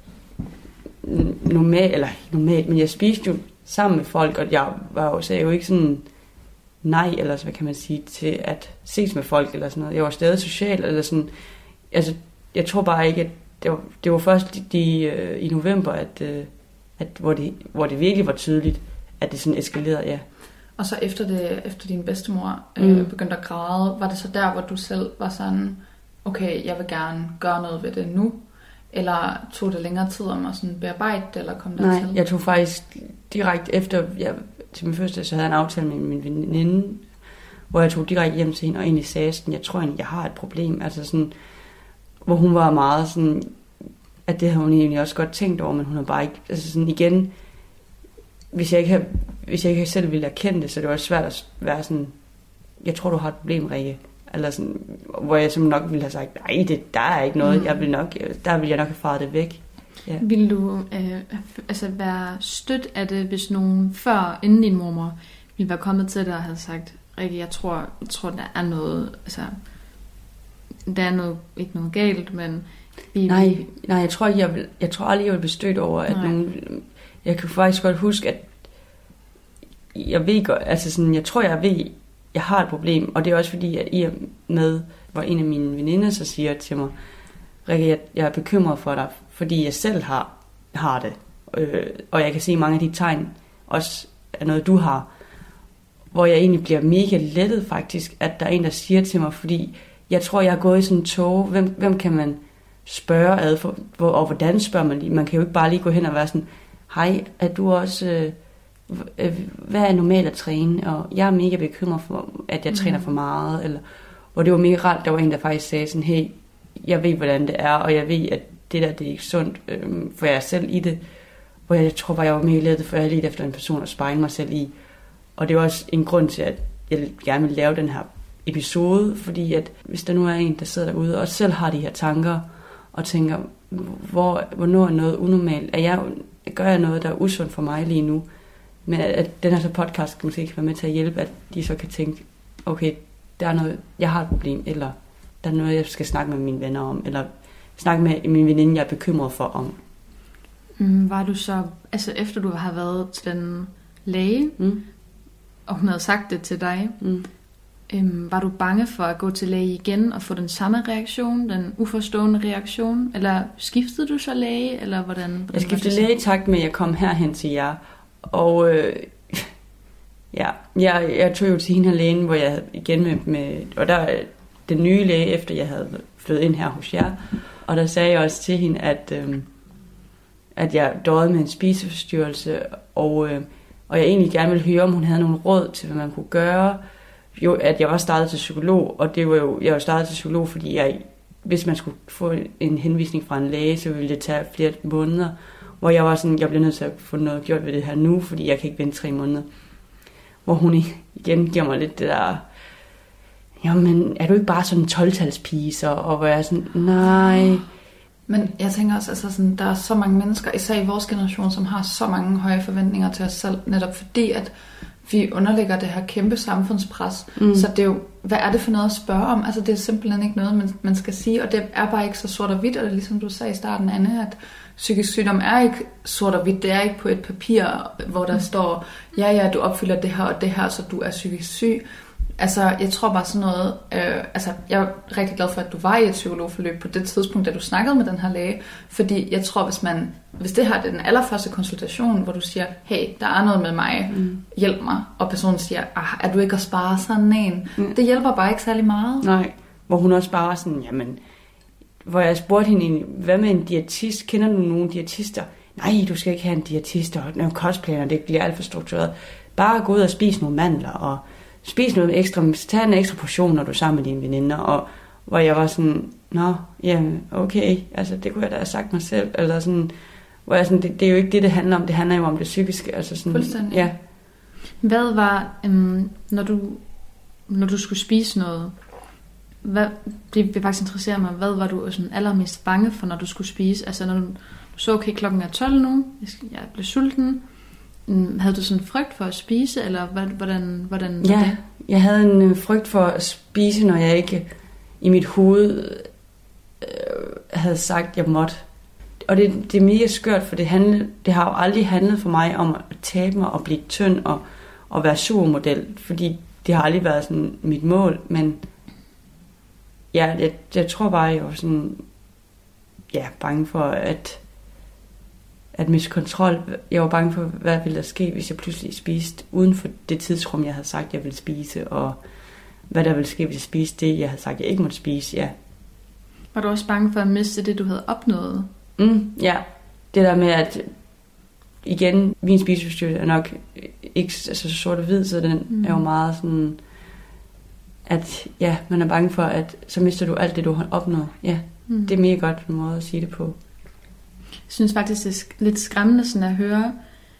normalt, eller normalt, men jeg spiste jo sammen med folk, og jeg var jo, så jeg jo ikke sådan nej, eller hvad kan man sige, til at ses med folk, eller sådan noget. Jeg var stadig social, eller sådan, altså, jeg tror bare ikke, at det var, det var først de, de, uh, i november, at, uh, at hvor, det, hvor det virkelig var tydeligt, at det sådan eskalerede, ja. Og så efter, det, efter din bedstemor øh, mm. begyndte at græde, var det så der, hvor du selv var sådan, okay, jeg vil gerne gøre noget ved det nu? Eller tog det længere tid om at sådan bearbejde det, eller kom der Nej, til? jeg tog faktisk direkte efter, jeg, til min første, så havde jeg en aftale med min veninde, hvor jeg tog direkte hjem til hende, og egentlig sagde sådan, jeg tror egentlig, jeg har et problem. Altså sådan, hvor hun var meget sådan, at det havde hun egentlig også godt tænkt over, men hun har bare ikke, altså sådan igen, hvis jeg ikke havde, hvis jeg ikke selv ville erkende det, så det var også svært at være sådan, jeg tror, du har et problem, Rikke. Eller sådan, hvor jeg simpelthen nok ville have sagt, nej, det, der er ikke noget, mm. jeg vil nok, der ville jeg nok have faret det væk. Ja. Vil du øh, altså være stødt af det, hvis nogen før, inden din mormor, ville være kommet til dig og havde sagt, Rikke, jeg tror, jeg tror, der er noget, altså, der er noget, ikke noget galt, men... Vi, nej, nej, jeg tror ikke, jeg, vil, jeg tror aldrig, jeg vil blive stødt over, at nej. nogen... Jeg kan faktisk godt huske, at jeg ved godt, altså sådan, jeg tror, jeg ved, jeg har et problem, og det er også fordi, at I er med, hvor en af mine veninder så siger til mig, Rikke, jeg, jeg er bekymret for dig, fordi jeg selv har, har det, øh, og jeg kan se mange af de tegn, også er noget, du har, hvor jeg egentlig bliver mega lettet faktisk, at der er en, der siger til mig, fordi jeg tror, jeg er gået i sådan en tog, hvem, hvem kan man spørge ad, for, hvor, og hvordan spørger man lige? Man kan jo ikke bare lige gå hen og være sådan, hej, er du også... Øh, hvad er normalt at træne, og jeg er mega bekymret for, at jeg træner for meget, eller, og det var mega rart, der var en, der faktisk sagde sådan, hey, jeg ved, hvordan det er, og jeg ved, at det der, det er ikke sundt, øhm, for jeg er selv i det, hvor jeg, jeg tror bare, jeg var mega lettet, for jeg havde lidt efter en person at spejle mig selv i, og det var også en grund til, at jeg gerne vil lave den her episode, fordi at hvis der nu er en, der sidder derude, og selv har de her tanker, og tænker, hvor, hvornår er noget unormalt, er jeg, gør jeg noget, der er usundt for mig lige nu, men at, at den her så podcast måske kan være med til at hjælpe, at de så kan tænke, okay, der er noget, jeg har et problem, eller der er noget, jeg skal snakke med mine venner om, eller snakke med min veninde, jeg er bekymret for om. Mm, var du så, altså efter du har været til den læge, mm. og hun havde sagt det til dig, mm. øhm, var du bange for at gå til læge igen og få den samme reaktion, den uforstående reaktion, eller skiftede du så læge, eller hvordan? hvordan jeg skiftede læge i takt med, at jeg kom herhen til jer. Og øh, ja, jeg, jeg tog jo til hende her lægen, hvor jeg igen med, med og der er den nye læge, efter jeg havde flyttet ind her hos jer, og der sagde jeg også til hende, at, øh, at jeg døjede med en spiseforstyrrelse, og, øh, og jeg egentlig gerne ville høre, om hun havde nogle råd til, hvad man kunne gøre. Jo, at jeg var startet til psykolog, og det var jo, jeg var startet til psykolog, fordi jeg, hvis man skulle få en henvisning fra en læge, så ville det tage flere måneder, hvor jeg var sådan, jeg bliver nødt til at få noget gjort ved det her nu, fordi jeg kan ikke vente tre måneder. Hvor hun igen giver mig lidt det der, jamen, er du ikke bare sådan en tolv-talspige, så? Og hvor jeg er sådan, nej. Men jeg tænker også, altså sådan, der er så mange mennesker, især i vores generation, som har så mange høje forventninger til os selv, netop fordi, at vi underlægger det her kæmpe samfundspres. Mm. Så det er jo, hvad er det for noget at spørge om? Altså, det er simpelthen ikke noget, man, man skal sige, og det er bare ikke så sort og hvidt, og det er ligesom du sagde i starten, Anne, at psykisk sygdom er ikke sort og hvidt, det er ikke på et papir, hvor der mm. står, ja, ja, du opfylder det her og det her, så du er psykisk syg. Altså, jeg tror bare sådan noget, øh, altså, jeg er rigtig glad for, at du var i et psykologforløb på det tidspunkt, da du snakkede med den her læge, fordi jeg tror, hvis man, hvis det her er den allerførste konsultation, hvor du siger, hey, der er noget med mig, mm. hjælp mig, og personen siger, ah, er du ikke at spare sådan en? Mm. Det hjælper bare ikke særlig meget. Nej, hvor hun også bare sådan, jamen, hvor jeg spurgte hende, hvad med en diætist? Kender du nogen diætister? Nej, du skal ikke have en diætist, og nogle kostplaner, det bliver alt for struktureret. Bare gå ud og spise nogle mandler, og spis noget ekstra, tag en ekstra portion, når du er sammen med dine veninder, og hvor jeg var sådan, nå, jamen, okay, altså det kunne jeg da have sagt mig selv, eller sådan, hvor jeg sådan, det, det er jo ikke det, det handler om, det handler jo om det psykiske, altså sådan, fuldstændig. Ja. Hvad var, øhm, når du, når du skulle spise noget, hvad, det vil faktisk interessere mig, hvad var du sådan allermest bange for, når du skulle spise, altså når du, du så, okay, klokken er tolv nu, jeg bliver sulten, havde du sådan frygt for at spise, eller hvordan, hvordan ja, var det? Jeg havde en frygt for at spise, når jeg ikke i mit hoved øh, havde sagt, at jeg måtte. Og det, det er mega skørt, for det, handle, det har jo aldrig handlet for mig om at tabe mig og blive tynd og, og være supermodel, fordi det har aldrig været sådan mit mål, men ja, jeg, jeg tror bare, jeg var sådan, ja, bange for at, at miste kontrol. Jeg var bange for, hvad ville der ske, hvis jeg pludselig spiste uden for det tidsrum, jeg havde sagt, jeg ville spise, og hvad der ville ske, hvis jeg spiste det, jeg havde sagt, jeg ikke måtte spise, ja. Var du også bange for at miste det, du havde opnået? Mm, ja, det der med, at igen, min spiseforstyrrelse er nok ikke altså, sort og hvid, så den mm. er jo meget sådan, at ja, man er bange for, at så mister du alt det, du har opnået. Ja, mm. det er mega godt en måde at sige det på. Jeg synes faktisk, det er lidt skræmmende sådan at høre,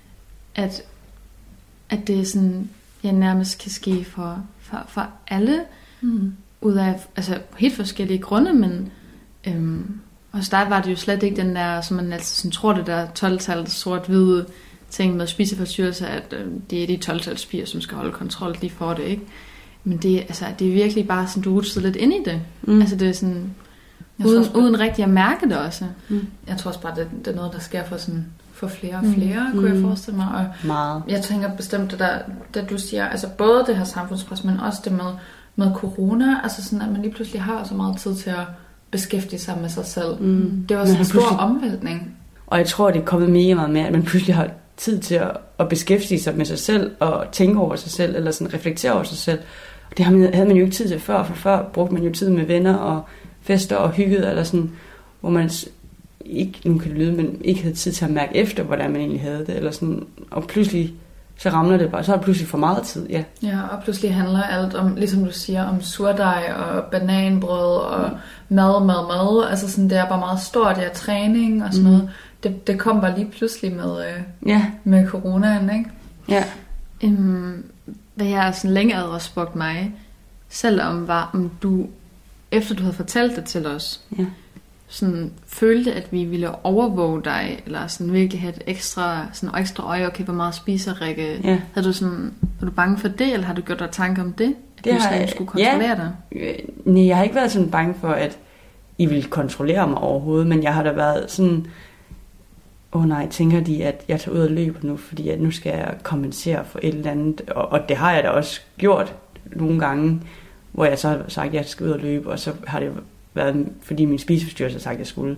at, at det sådan, ja, nærmest kan ske for, for, for alle, mm. ud af altså, helt forskellige grunde, men øhm, hos dig var det jo slet ikke den der, som man altså sådan, tror det der tolv-tal sort-hvide ting med spiseforstyrrelser, at øh, det er de tolv-talspiger, som skal holde kontrol, de får det, ikke? Men det, altså, det er virkelig bare sådan, du rutsede lidt ind i det. Mm. Altså det er sådan, uden, bare, uden rigtig at mærke det også. Mm. Jeg tror også bare, det, det er noget, der sker for, sådan, for flere og flere, mm. kunne jeg forestille mig. Og meget. Jeg tænker bestemt, det der, det du siger, altså både det her samfundspres, men også det med, med corona, altså sådan, at man lige pludselig har så meget tid til at beskæftige sig med sig selv. Mm. Det var sådan en stor pludselig omvæltning. Og jeg tror, det er kommet mega meget med, at man pludselig har tid til at, at beskæftige sig med sig selv, og tænke over sig selv, eller sådan reflektere over sig selv. Og det havde man jo ikke tid til før, for før brugte man jo tid med venner og fester og hygget, eller sådan, hvor man ikke, nu kan det lyde, men ikke havde tid til at mærke efter, hvordan man egentlig havde det, eller sådan, og pludselig så ramler det bare, så er det pludselig for meget tid, ja. Ja, og pludselig handler alt om, ligesom du siger, om surdej og bananbrød og mm. mad, mad, mad, altså sådan, det er bare meget stort, det er træning og sådan mm. noget. Det, det kom bare lige pludselig med, øh, ja. med coronaen, ikke? Ja. Um, hvad jeg sådan længe havde spurgt mig, selvom var, om du, efter du havde fortalt det til os, ja. sådan følte, at vi ville overvåge dig, eller sådan virkelig have et ekstra, sådan ekstra øje, okay, hvor meget spiser Rikke? Ja. Havde du sådan, var du bange for det, eller har du gjort dig tanke om det? At det du har jeg, skulle kontrollere ja. dig? Nej, jeg har ikke været sådan bange for, at I ville kontrollere mig overhovedet, men jeg har da været sådan, åh oh nej, tænker de, at jeg tager ud og løber nu, fordi at nu skal jeg kompensere for et eller andet, og, og det har jeg da også gjort nogle gange, hvor jeg så har sagt, at jeg skal ud og løbe, og så har det været, fordi min spiseforstyrrelse har sagt, at jeg skulle.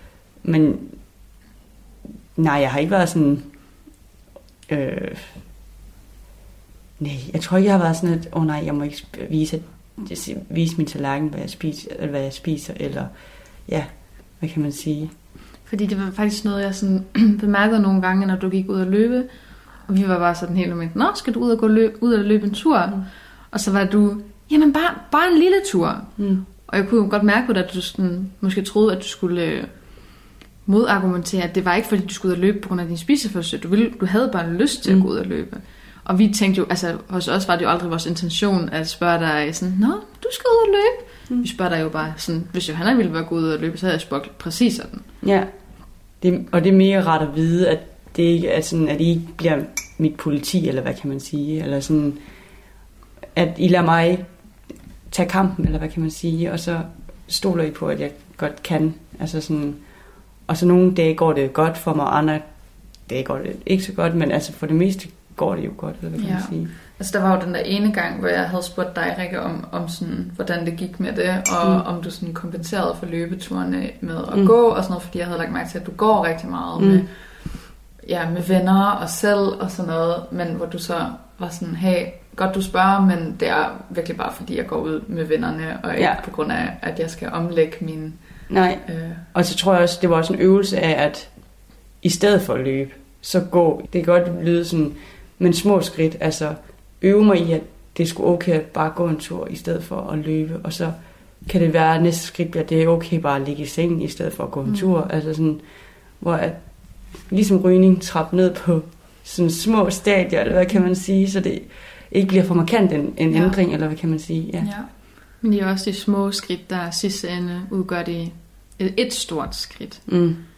Men nej, jeg har ikke været sådan, øh, nej, jeg tror ikke, jeg har været sådan, at åh oh nej, jeg må ikke vise, vise min tallerken, hvad jeg spiser, eller hvad jeg spiser, eller ja, hvad kan man sige? Fordi det var faktisk noget, jeg sådan bemærkede nogle gange, når du gik ud og løbe. Og vi var bare sådan helt normalt, nå, skal du ud og gå løb, ud og løbe en tur? Mm. Og så var du, jamen bare, bare en lille tur. Mm. Og jeg kunne godt mærke på dig, at du sådan, måske troede, at du skulle øh, modargumentere, at det var ikke fordi, du skulle ud og løbe på grund af din spiseforstyrrelse. Du, ville, du havde bare lyst til mm. at gå ud og løbe. Og vi tænkte jo, altså hos os var det jo aldrig vores intention at spørge dig sådan, nå, du skal ud og løbe. Mm. Vi spørger dig jo bare sådan, hvis Johanna ville være gået ud og løbe, så havde jeg spurgt præcis sådan. Ja, det, og det er mere rart at vide, at det ikke er sådan, at I ikke bliver mit politi, eller hvad kan man sige, eller sådan, at I lader mig tage kampen, eller hvad kan man sige, og så stoler I på, at jeg godt kan, altså sådan, og så nogle dage går det godt for mig, og andre dage går det ikke så godt, men altså for det meste går det jo godt, eller hvad kan ja. man sige. Altså der var jo den der ene gang, hvor jeg havde spurgt dig, Rikke, om, om sådan, hvordan det gik med det, og mm. om du sådan kompenserede for løbeturene med at mm. gå, og sådan noget, fordi jeg havde lagt mærke til, at du går rigtig meget mm. med, ja, med venner og selv og sådan noget, men hvor du så var sådan, hey, godt du spørger, men det er virkelig bare fordi, jeg går ud med vennerne, og ikke ja. på grund af, at jeg skal omlægge min... Nej, øh... og så tror jeg også, det var også en øvelse af, at i stedet for at løbe, så gå, det kan godt lyde sådan, men små skridt, altså øve mig i, at det skulle okay at bare gå en tur, i stedet for at løbe, og så kan det være, at næste skridt bliver, det er okay bare at ligge i sengen, i stedet for at gå en tur, mm. altså sådan, hvor at, ligesom rygning trapper ned på sådan små stadier, eller hvad kan man sige, så det ikke bliver for markant en, en ja. ændring, eller hvad kan man sige, ja. ja. Men det er også de små skridt, der sidste ende udgør det et, et stort skridt. Mm.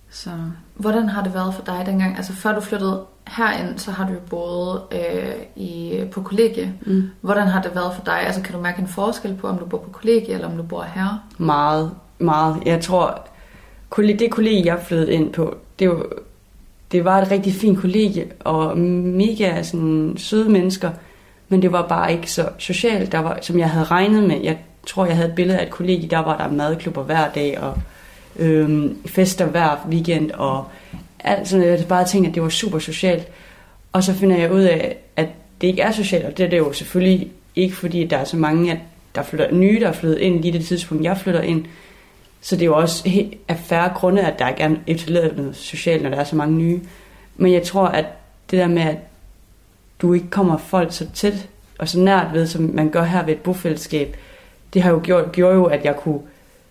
Så hvordan har det været for dig dengang? Altså før du flyttede herind, så har du jo boet øh, i, på kollegie. Mm. Hvordan har det været for dig? Altså kan du mærke en forskel på, om du bor på kollegie, eller om du bor her? Meget, meget. Jeg tror, det kollegie, jeg flyttede ind på, det var, det var et rigtig fint kollegie, og mega sådan, søde mennesker, men det var bare ikke så socialt, der var, som jeg havde regnet med. Jeg tror, jeg havde et billede af et kollegie, der var der madklubber hver dag, og øhm, fester hver weekend, og alt sådan, jeg bare tænkte, at det var super socialt. Og så finder jeg ud af, at det ikke er socialt, og det er det jo selvfølgelig ikke, fordi der er så mange, at der flytter nye, der er flyttet ind lige det tidspunkt, jeg flytter ind. Så det er jo også helt af færre grunde, at der ikke er etableret noget socialt, når der er så mange nye. Men jeg tror, at det der med, at du ikke kommer folk så tæt og så nært ved, som man gør her ved et bofællesskab, det har jo gjort, gjorde jo, at jeg kunne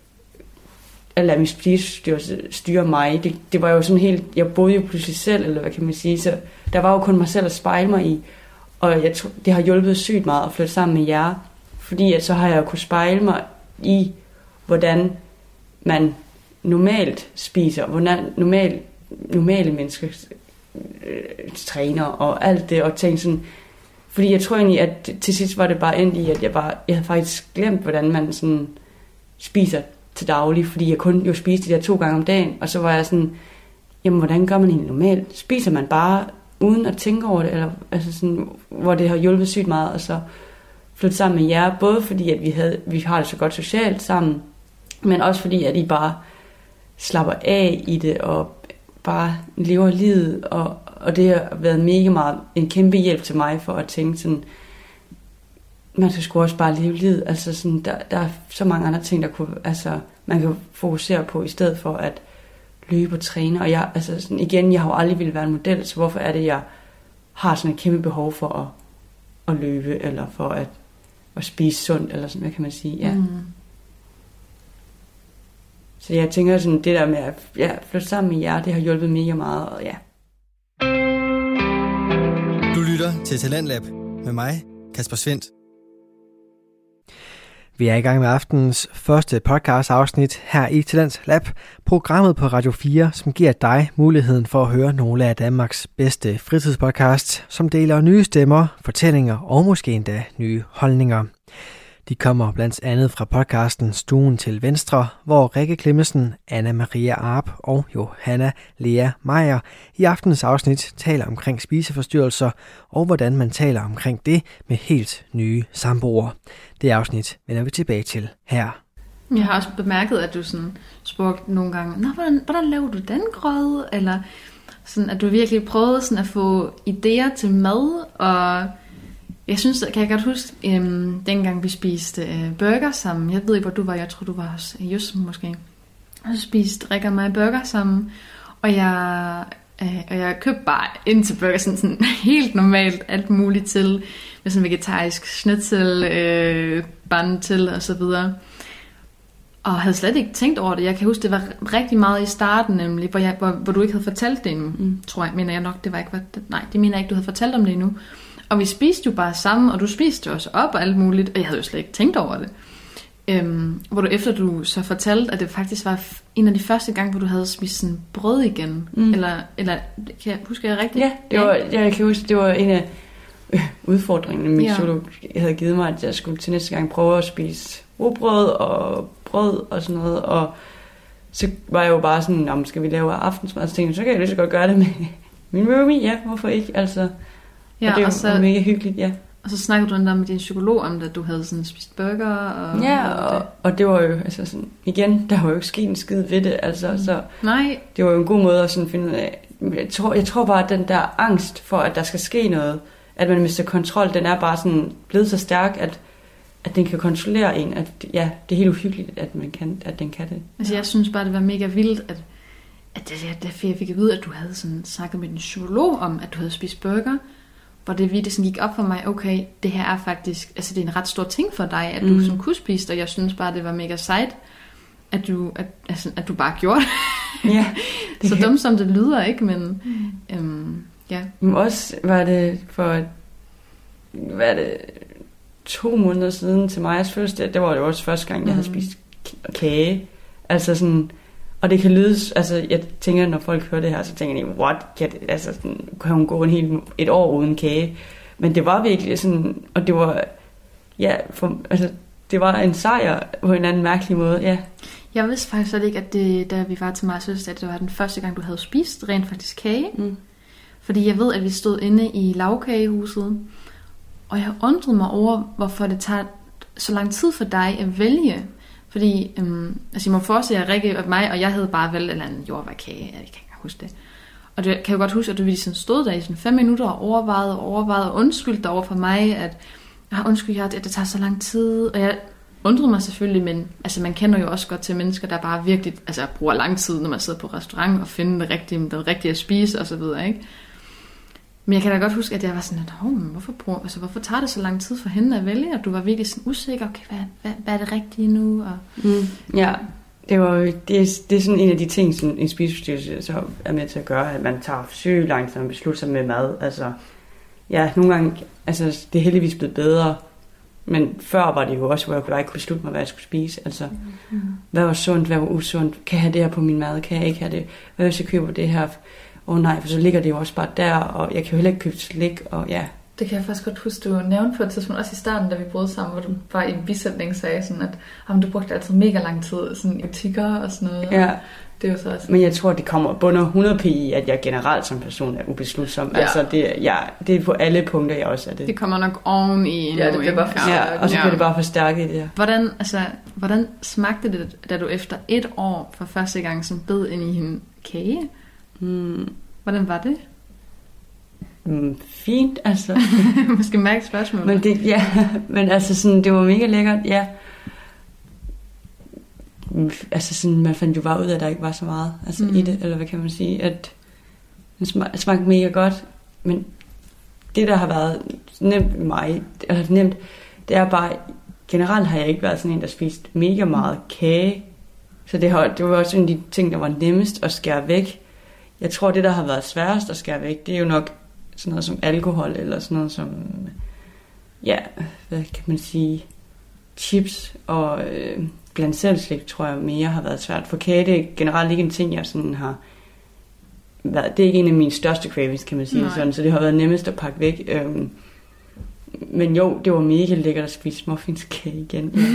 at lade min spisestyrelse styre mig. Det, det var jo sådan helt, jeg boede jo pludselig selv, eller hvad kan man sige, så der var jo kun mig selv at spejle mig i, og jeg tror, det har hjulpet sygt meget at flytte sammen med jer, fordi at så har jeg jo kunnet spejle mig i, hvordan man normalt spiser, hvordan normal, normale mennesker øh, træner, og alt det, og tænke sådan, fordi jeg tror egentlig, at til sidst var det bare endt i, at jeg bare, jeg havde faktisk glemt, hvordan man sådan spiser til daglig, fordi jeg kun jo spiste de der to gange om dagen, og så var jeg sådan, jamen hvordan gør man egentlig normalt? Spiser man bare uden at tænke over det, eller altså sådan, hvor det har hjulpet sygt meget, og så flytte sammen med jer, både fordi at vi havde, vi har det så godt socialt sammen, men også fordi at I bare slapper af i det og bare lever livet, og og det har været mega meget en kæmpe hjælp til mig for at tænke sådan, man skal sgu også bare leve livet. Altså sådan, der, der er så mange andre ting, der kunne, altså, man kan fokusere på, i stedet for at løbe og træne. Og jeg, altså sådan, igen, jeg har jo aldrig ville være en model, så hvorfor er det, jeg har sådan et kæmpe behov for at, at løbe, eller for at, at spise sundt, eller sådan, hvad kan man sige, ja. Mm. Så jeg tænker sådan, det der med at ja, flytte sammen med jer, det har hjulpet mega meget, og ja. Du lytter til Talentlab med mig, Kasper Svendt. Vi er i gang med aftenens første podcast afsnit her i Talentlab, programmet på Radio fire, som giver dig muligheden for at høre nogle af Danmarks bedste fritidspodcasts, som deler nye stemmer, fortællinger og måske endda nye holdninger. De kommer blandt andet fra podcasten Stuen til Venstre, hvor Rikke Clemmensen, Anna Maria Arp og Johanna Lea Meyer i aftenens afsnit taler omkring spiseforstyrrelser og hvordan man taler omkring det med helt nye samboere. Det afsnit vender vi tilbage til her. Jeg har også bemærket, at du sådan spurgte nogle gange, Nå, hvordan, hvordan laver du den grød? Eller sådan, at du virkelig prøvede sådan at få idéer til mad, og jeg synes, kan jeg godt huske, øhm, dengang vi spiste øh, burger sammen. Jeg ved ikke, hvor du var. Jeg tror, du var hos Jus måske. Og så spiste Rikke og mig burger sammen. Og jeg, øh, og jeg købte bare ind til burger sådan, sådan helt normalt alt muligt til. Med sådan vegetarisk schnitzel, øh, band til og så videre. Og havde slet ikke tænkt over det. Jeg kan huske, det var rigtig meget i starten nemlig, hvor, jeg, hvor, hvor du ikke havde fortalt det endnu. Mm. Tror jeg, mener jeg nok, det var ikke. Nej, det mener jeg ikke, du havde fortalt om det endnu. Og vi spiste jo bare sammen, og du spiste også op og alt muligt, og jeg havde jo slet ikke tænkt over det. Øhm, hvor du efter du så fortalte, at det faktisk var en af de første gange, hvor du havde spist sådan brød igen. Mm. Eller, eller kan jeg huske det rigtigt? Ja, det var, jeg kan huske, det var en af øh, udfordringerne, min ja. psykolog havde givet mig, at jeg skulle til næste gang prøve at spise rugbrød og brød og sådan noget. Og så var jeg jo bare sådan, om skal vi lave aftensmad? Så tænkte jeg, så kan jeg lige så godt gøre det med min roomie. Ja, hvorfor ikke? Altså... Ja, og det var og så, mega hyggeligt, ja. Og så snakkede du endda med din psykolog om, at du havde sådan spist burger. Og, ja, og, og det var jo, altså sådan, igen, der var jo ikke sket en skid ved det, altså, mm. så Nej. Det var jo en god måde at sådan finde ud af. Jeg tror, jeg tror bare, at den der angst for, at der skal ske noget, at man mister kontrol, den er bare sådan blevet så stærk, at, at den kan kontrollere en, at ja, det er helt uhyggeligt, at, man kan, at den kan det. Altså, jeg synes bare, det var mega vildt, at, at det, jeg fik at vide, at du havde sådan snakket med din psykolog om, at du havde spist burger, hvor det virkelig sådan gik op for mig, okay, det her er faktisk, altså det er en ret stor ting for dig, at du mm. sådan kunne spise, og jeg synes bare, det var mega sejt, at du, at, altså, at du bare gjorde det. Ja, det. Så dumt som det lyder, ikke, men mm. øhm, ja. Men også var det for, hvad er det, to måneder siden til Majas fødselsdag, det var det også første gang, jeg havde spist kage, altså sådan, Og det kan lyde, altså jeg tænker, når folk hører det her, så tænker de, what, kan, det, altså, sådan, kan hun gå en hel, et år uden kage? Men det var virkelig sådan, og det var, ja, for, altså, det var en sejr på en anden mærkelig måde, ja. Jeg vidste faktisk slet ikke, at det, da vi var til mig søster, at det var den første gang, du havde spist rent faktisk kage. Mm. Fordi jeg ved, at vi stod inde i lavkagehuset, og jeg undrede mig over, hvorfor det tager så lang tid for dig at vælge. Fordi, øhm, altså I må forestille jer, Rikke og mig, og jeg havde bare valgt en eller anden jordbærkage, jeg kan ikke huske det. Og det kan jeg godt huske, at du ligesom stod der i sådan fem minutter og overvejede og overvejede og undskyldte dig over for mig, at jeg har undskyld, at det tager så lang tid. Og jeg undrede mig selvfølgelig, men altså, man kender jo også godt til mennesker, der bare virkelig altså, bruger lang tid, når man sidder på restaurant og finder det rigtige, det rigtige at spise osv., ikke? Men jeg kan da godt huske, at jeg var sådan, at hvorfor, bruger, altså, hvorfor tager det så lang tid for hende at vælge? Og du var virkelig sådan usikker, okay, hvad, hvad, hvad er det rigtige nu? Og... Mm, ja, det, var, det, er, det er sådan en af de ting, som en spiseforstyrrelse så er med til at gøre, at man tager sygt lang tid at beslutte sig med mad. Altså, ja, nogle gange, altså, det er heldigvis blevet bedre, men før var det jo også, hvor jeg bare ikke kunne beslutte mig, hvad jeg skulle spise. Altså, mm. hvad var sundt, hvad var usundt? Kan jeg have det her på min mad? Kan jeg ikke have det? Hvad hvis jeg køber det her? Åh oh, nej, for så ligger det jo også bare der, og jeg kan jo heller ikke købe slik, og ja. Det kan jeg faktisk godt huske, du nævnte på et tidspunkt, også i starten, da vi boede sammen, hvor du bare i en bisætning sagde sådan, at jamen, du brugte altid mega lang tid sådan, i butikker og sådan noget. Ja. Det er jo så også... Men jeg tror, det kommer bunder hundrede procent i, at jeg generelt som person er ubeslutsom. Ja. Altså, det, ja, det er på alle punkter, jeg også er det. Det kommer nok oven i ja, det bliver bare forstærket. Ja, og så bliver ja. det bare forstærket i det her. Hvordan, altså, hvordan smagte det, da du efter et år for første gang sådan bed ind i en kage? Hmm. Hvordan var det? Mm, fint, altså. Måske mærke spørgsmål. Men det, ja, men altså sådan, det var mega lækkert, ja. Altså sådan, man fandt jo bare ud af, at der ikke var så meget altså mm. i det, eller hvad kan man sige, at det smag, smagte mega godt, men det, der har været nemt med mig, eller nemt, det er bare, generelt har jeg ikke været sådan en, der spist mega meget kage, så det, har, det var også en af de ting, der var nemmest at skære væk. Jeg tror, det, der har været sværest at skære væk, det er jo nok sådan noget som alkohol, eller sådan noget som, ja, hvad kan man sige, chips og øh, blandt selv slik, tror jeg mere har været svært. For kage, det er generelt ikke en ting, jeg sådan har været, det er ikke en af mine største cravings, kan man sige sådan, så det har været nemmest at pakke væk. Øhm, men jo, det var mega lækkert at spise muffinskage igen. Ja.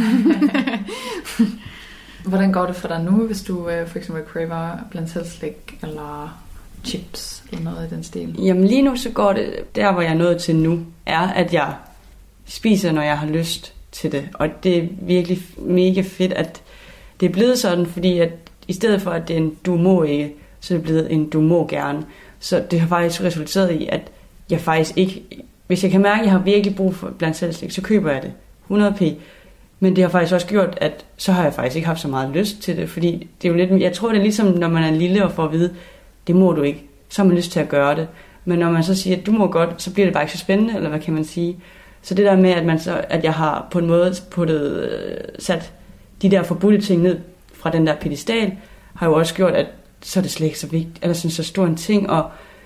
Hvordan går det for dig nu, hvis du øh, for eksempel craver blandt selv slik eller chips eller noget i den stil? Jamen lige nu så går det, der hvor jeg er nået til nu, er at jeg spiser, når jeg har lyst til det. Og det er virkelig mega fedt, at det er blevet sådan, fordi at i stedet for at det er en du må ikke, så er det blevet en du må gerne. Så det har faktisk resulteret i, at jeg faktisk ikke, hvis jeg kan mærke, at jeg har virkelig brug for blandt selv slik, så køber jeg det hundrede procent. Men det har faktisk også gjort, at så har jeg faktisk ikke haft så meget lyst til det, fordi det er jo lidt, jeg tror det er ligesom, når man er lille og får at vide, det må du ikke, så har man lyst til at gøre det. Men når man så siger, at du må godt, så bliver det bare ikke så spændende, eller hvad kan man sige. Så det der med, at, man så, at jeg har på en måde puttet, sat de der forbudte ting ned fra den der pedestal, har jo også gjort, at så er det slet ikke så vigtigt, eller sådan så stor en ting, og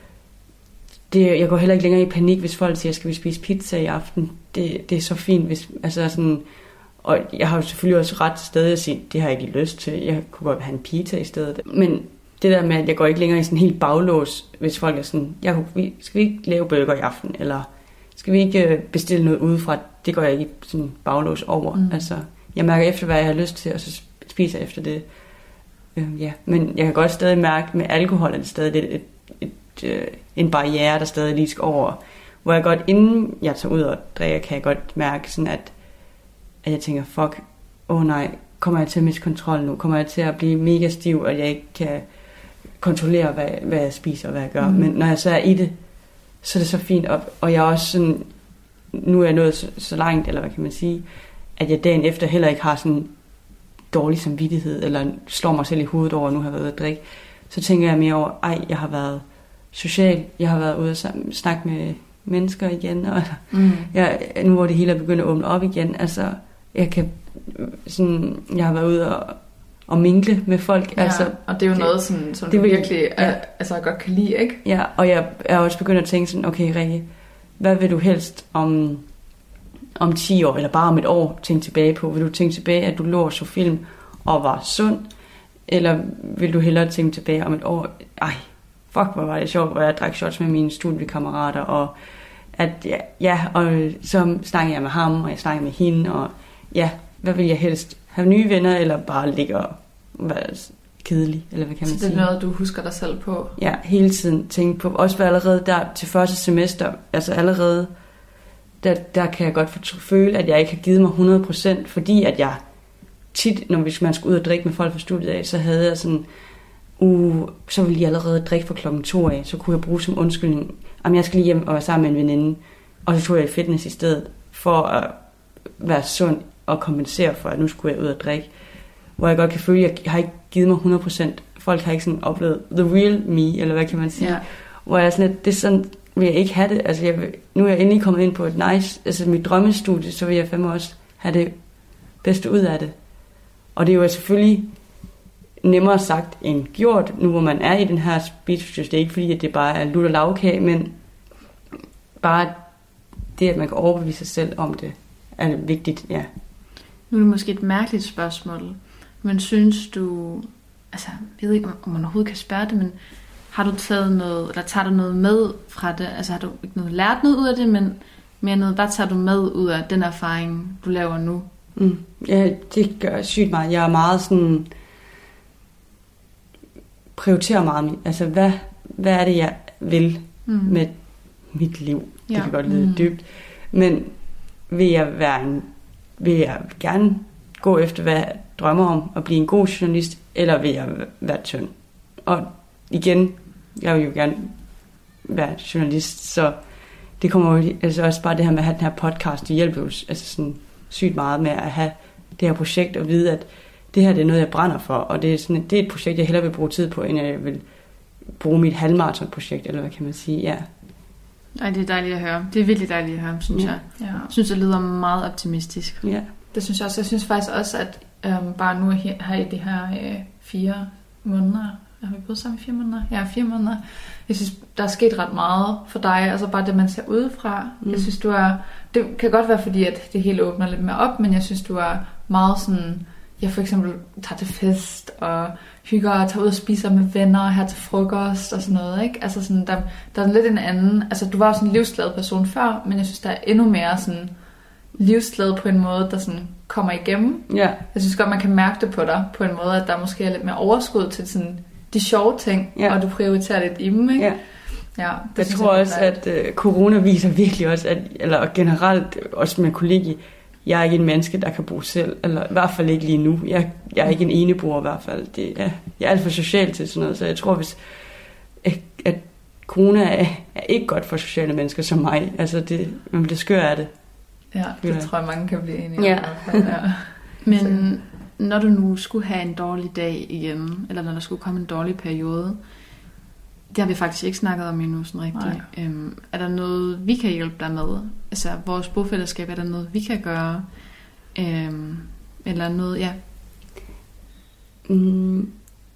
det, jeg går heller ikke længere i panik, hvis folk siger, skal vi spise pizza i aften? Det, det er så fint, hvis, altså sådan, og jeg har jo selvfølgelig også ret stadig at sige, det har jeg ikke lyst til, jeg kunne godt have en pizza i stedet. Men det der med, at jeg går ikke længere i sådan helt baglås, hvis folk er sådan, jeg kunne, skal vi ikke lave burger i aften, eller skal vi ikke bestille noget udefra, det går jeg ikke sådan baglås over. Mm. Altså, jeg mærker efter, hvad jeg har lyst til, og så spiser jeg efter det. Øh, ja. Men jeg kan godt stadig mærke, med alkohol er det stadig et, et, et, et, en barriere, der stadig lige skal over. Hvor jeg godt, inden jeg tager ud og drikker, kan jeg godt mærke sådan, at, at jeg tænker, fuck, åh oh nej, kommer jeg til at miste kontrol nu? Kommer jeg til at blive mega stiv, og jeg ikke kan kontrollere, hvad, hvad jeg spiser og hvad jeg gør? Mm. Men når jeg så er i det, så er det så fint op. Og jeg er også sådan, nu er jeg nået så, så langt, eller hvad kan man sige, at jeg dagen efter heller ikke har sådan dårlig samvittighed, eller slår mig selv i hovedet over, at nu har jeg været ude at drikke. Så tænker jeg mere over, ej, jeg har været social, jeg har været ude at snakke med mennesker igen, og mm. jeg, nu hvor det hele er begyndt at åbne op igen, altså, jeg kan sådan, jeg har været ude og, og mingle med folk. Ja, altså, og det er jo det, noget, sådan, som det du virkelig er, ja. altså, godt kan lide, ikke? Ja, og jeg er også begyndt at tænke sådan, okay, Rikke, hvad vil du helst om, om ti år, eller bare om et år, tænke tilbage på? Vil du tænke tilbage, at du lå og så film og var sund? Eller vil du hellere tænke tilbage om et år, ej, fuck, hvor var det sjovt, hvor jeg drak shots med mine studiekammerater, og at ja, ja, og så snakker jeg med ham, og jeg snakker med hende, og ja, hvad vil jeg helst? Have nye venner, eller bare ligge og være kedelig, eller hvad kan man sige? Så det er noget, du husker dig selv på? Ja, hele tiden tænke på, også allerede der til første semester, altså allerede, der, der kan jeg godt føle, at jeg ikke har givet mig hundrede procent, fordi at jeg tit, når hvis man skulle ud og drikke med folk fra studiet af, så havde jeg sådan, uh, så ville jeg allerede drikke fra klokken to af, så kunne jeg bruge som undskyldning, om jeg skal lige hjem og være sammen med en veninde, og så tog jeg i fitness i stedet, for at være sund og kompensere for, at nu skulle jeg ud og drikke. Hvor jeg godt kan føle, at jeg har ikke givet mig hundrede procent. Folk har ikke sådan oplevet the real me, eller hvad kan man sige. Ja. Hvor jeg sådan, at det er sådan, vil jeg ikke have det. Altså, jeg vil, nu er jeg endelig kommet ind på et nice, altså mit drømmestudie, så vil jeg fandme også have det bedste ud af det. Og det er jo selvfølgelig nemmere sagt end gjort, nu hvor man er i den her speech. Det er ikke fordi, at det bare er lutter lavkage, men bare det, at man kan overbevise sig selv om det, er vigtigt, ja. Nu er det måske et mærkeligt spørgsmål, men synes du, altså, jeg ved ikke, om man overhovedet kan spørge det, men har du taget noget, eller tager du noget med fra det? Altså har du ikke noget lært noget ud af det, men mere noget, hvad tager du med ud af den erfaring, du laver nu? Mm. Ja, det gør sygt meget. Jeg er meget sådan, prioriterer meget, altså hvad, hvad er det, jeg vil mm. med mit liv? Ja. Det kan godt lyde mm. dybt, men vil jeg være en, vil jeg gerne gå efter, hvad jeg drømmer om, at blive en god journalist, eller vil jeg være tynd? Og igen, jeg vil jo gerne være journalist, så det kommer jo altså også bare det her med at have den her podcast, det hjælper jo altså sådan sygt meget med at have det her projekt og vide, at det her det er noget, jeg brænder for, og det er, sådan, det er et projekt, jeg hellere vil bruge tid på, end jeg vil bruge mit halvmarathonprojekt, eller hvad kan man sige, ja. Ej, det er dejligt at høre. Det er virkelig dejligt at høre, synes ja. jeg. Jeg synes, det lyder meget optimistisk. Ja, det synes jeg også. Jeg synes faktisk også, at øhm, bare nu her i de her øh, fire måneder, har vi boet sammen i fire måneder? Ja, fire måneder. Jeg synes, der er sket ret meget for dig, altså bare det, man ser udefra. Mm. Jeg synes, du er, det kan godt være, fordi at det hele åbner lidt mere op, men jeg synes, du er meget sådan, jeg for eksempel tager til fest og hygger og tager ud og spiser med venner her til frokost og sådan noget, ikke? Altså sådan, der, der er lidt en anden, altså du var jo sådan en livsglad person før, men jeg synes, der er endnu mere sådan livsglad på en måde, der sådan kommer igennem. Ja. Jeg synes godt, man kan mærke det på dig, på en måde, at der måske er lidt mere overskud til sådan de sjove ting, ja. Og du prioriterer lidt i dem, ikke? Ja. Ja, jeg tror jeg, også, at uh, corona viser virkelig også, at, eller generelt også med kollegi, jeg er ikke en menneske, der kan bo selv, eller i hvert fald ikke lige nu. Jeg, jeg er ikke en eneboer i hvert fald. Det, ja, jeg er alt for social til sådan noget, så jeg tror, hvis, at corona er, er ikke godt for sociale mennesker som mig. Altså, det, man bliver skør af det. Ja, det ja. tror jeg, mange kan blive enige ja. om. Ja. Men når du nu skulle have en dårlig dag igen, eller når der skulle komme en dårlig periode, det har vi faktisk ikke snakket om endnu sådan rigtigt. Øhm, er der noget, vi kan hjælpe dig med? Altså, vores bofællesskab, er der noget, vi kan gøre? Øhm, eller noget, ja? Mm,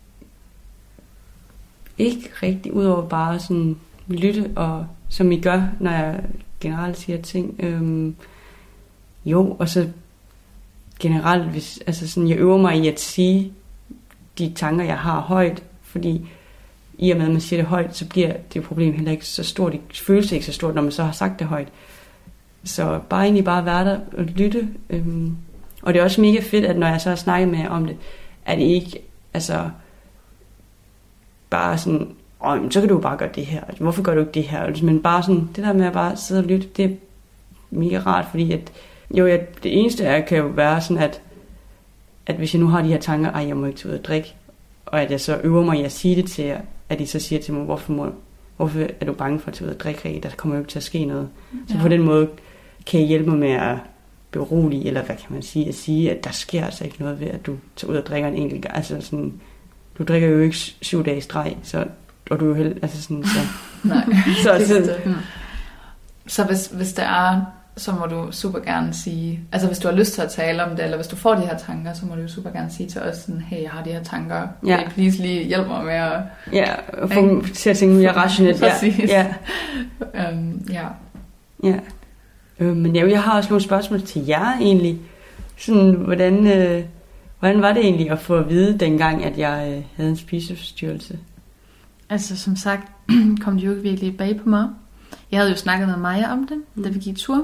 ikke rigtigt, udover bare sådan lytte, og som I gør, når jeg generelt siger ting. Øhm, jo, og så generelt, hvis, altså sådan, jeg øver mig i at sige de tanker, jeg har højt, fordi i og med, at man siger det højt, så bliver det problem heller ikke så stort. Det føles ikke så stort, når man så har sagt det højt. Så bare egentlig bare være der og lytte. Øhm, og det er også mega fedt, at når jeg så har snakket med jer om det, at det ikke, altså, bare sådan, åh, så kan du jo bare gøre det her. Hvorfor gør du ikke det her? Men bare sådan, det der med at bare sidde og lytte, det er mega rart, fordi at, jo, ja, det eneste er, kan jo være sådan, at, at hvis jeg nu har de her tanker, ej, jeg må ikke tage ud og drikke, og at jeg så øver mig i at sige det til jer, at de så siger til mig, hvorfor, må, hvorfor er du bange for at tage ud og drikke? Der kommer jo ikke til at ske noget. Ja. Så på den måde kan I hjælpe mig med at berolige, eller hvad kan man sige, at sige, at der sker altså ikke noget ved, at du tager ud og drikker en enkelt gang. Altså sådan, du drikker jo ikke syv dage i streg, så, og du er jo helt, altså sådan, så... Nej, så, det så, det. Så hvis, hvis det er, så må du super gerne sige, altså hvis du har lyst til at tale om det, eller hvis du får de her tanker, så må du super gerne sige til os sådan, hey, jeg har de her tanker, ja. Hey, please lige hjælp mig med at... Ja, og få dem til at tænke mere rationelt. Ja, ja. um, ja. ja. Øh, men jeg, jeg har også nogle spørgsmål til jer egentlig. Sådan, hvordan, øh, Hvordan var det egentlig at få at vide dengang, at jeg øh, havde en spiseforstyrrelse? Altså som sagt, kom det jo ikke virkelig bag på mig. Jeg havde jo snakket med Maja om det, mm. da vi gik tur.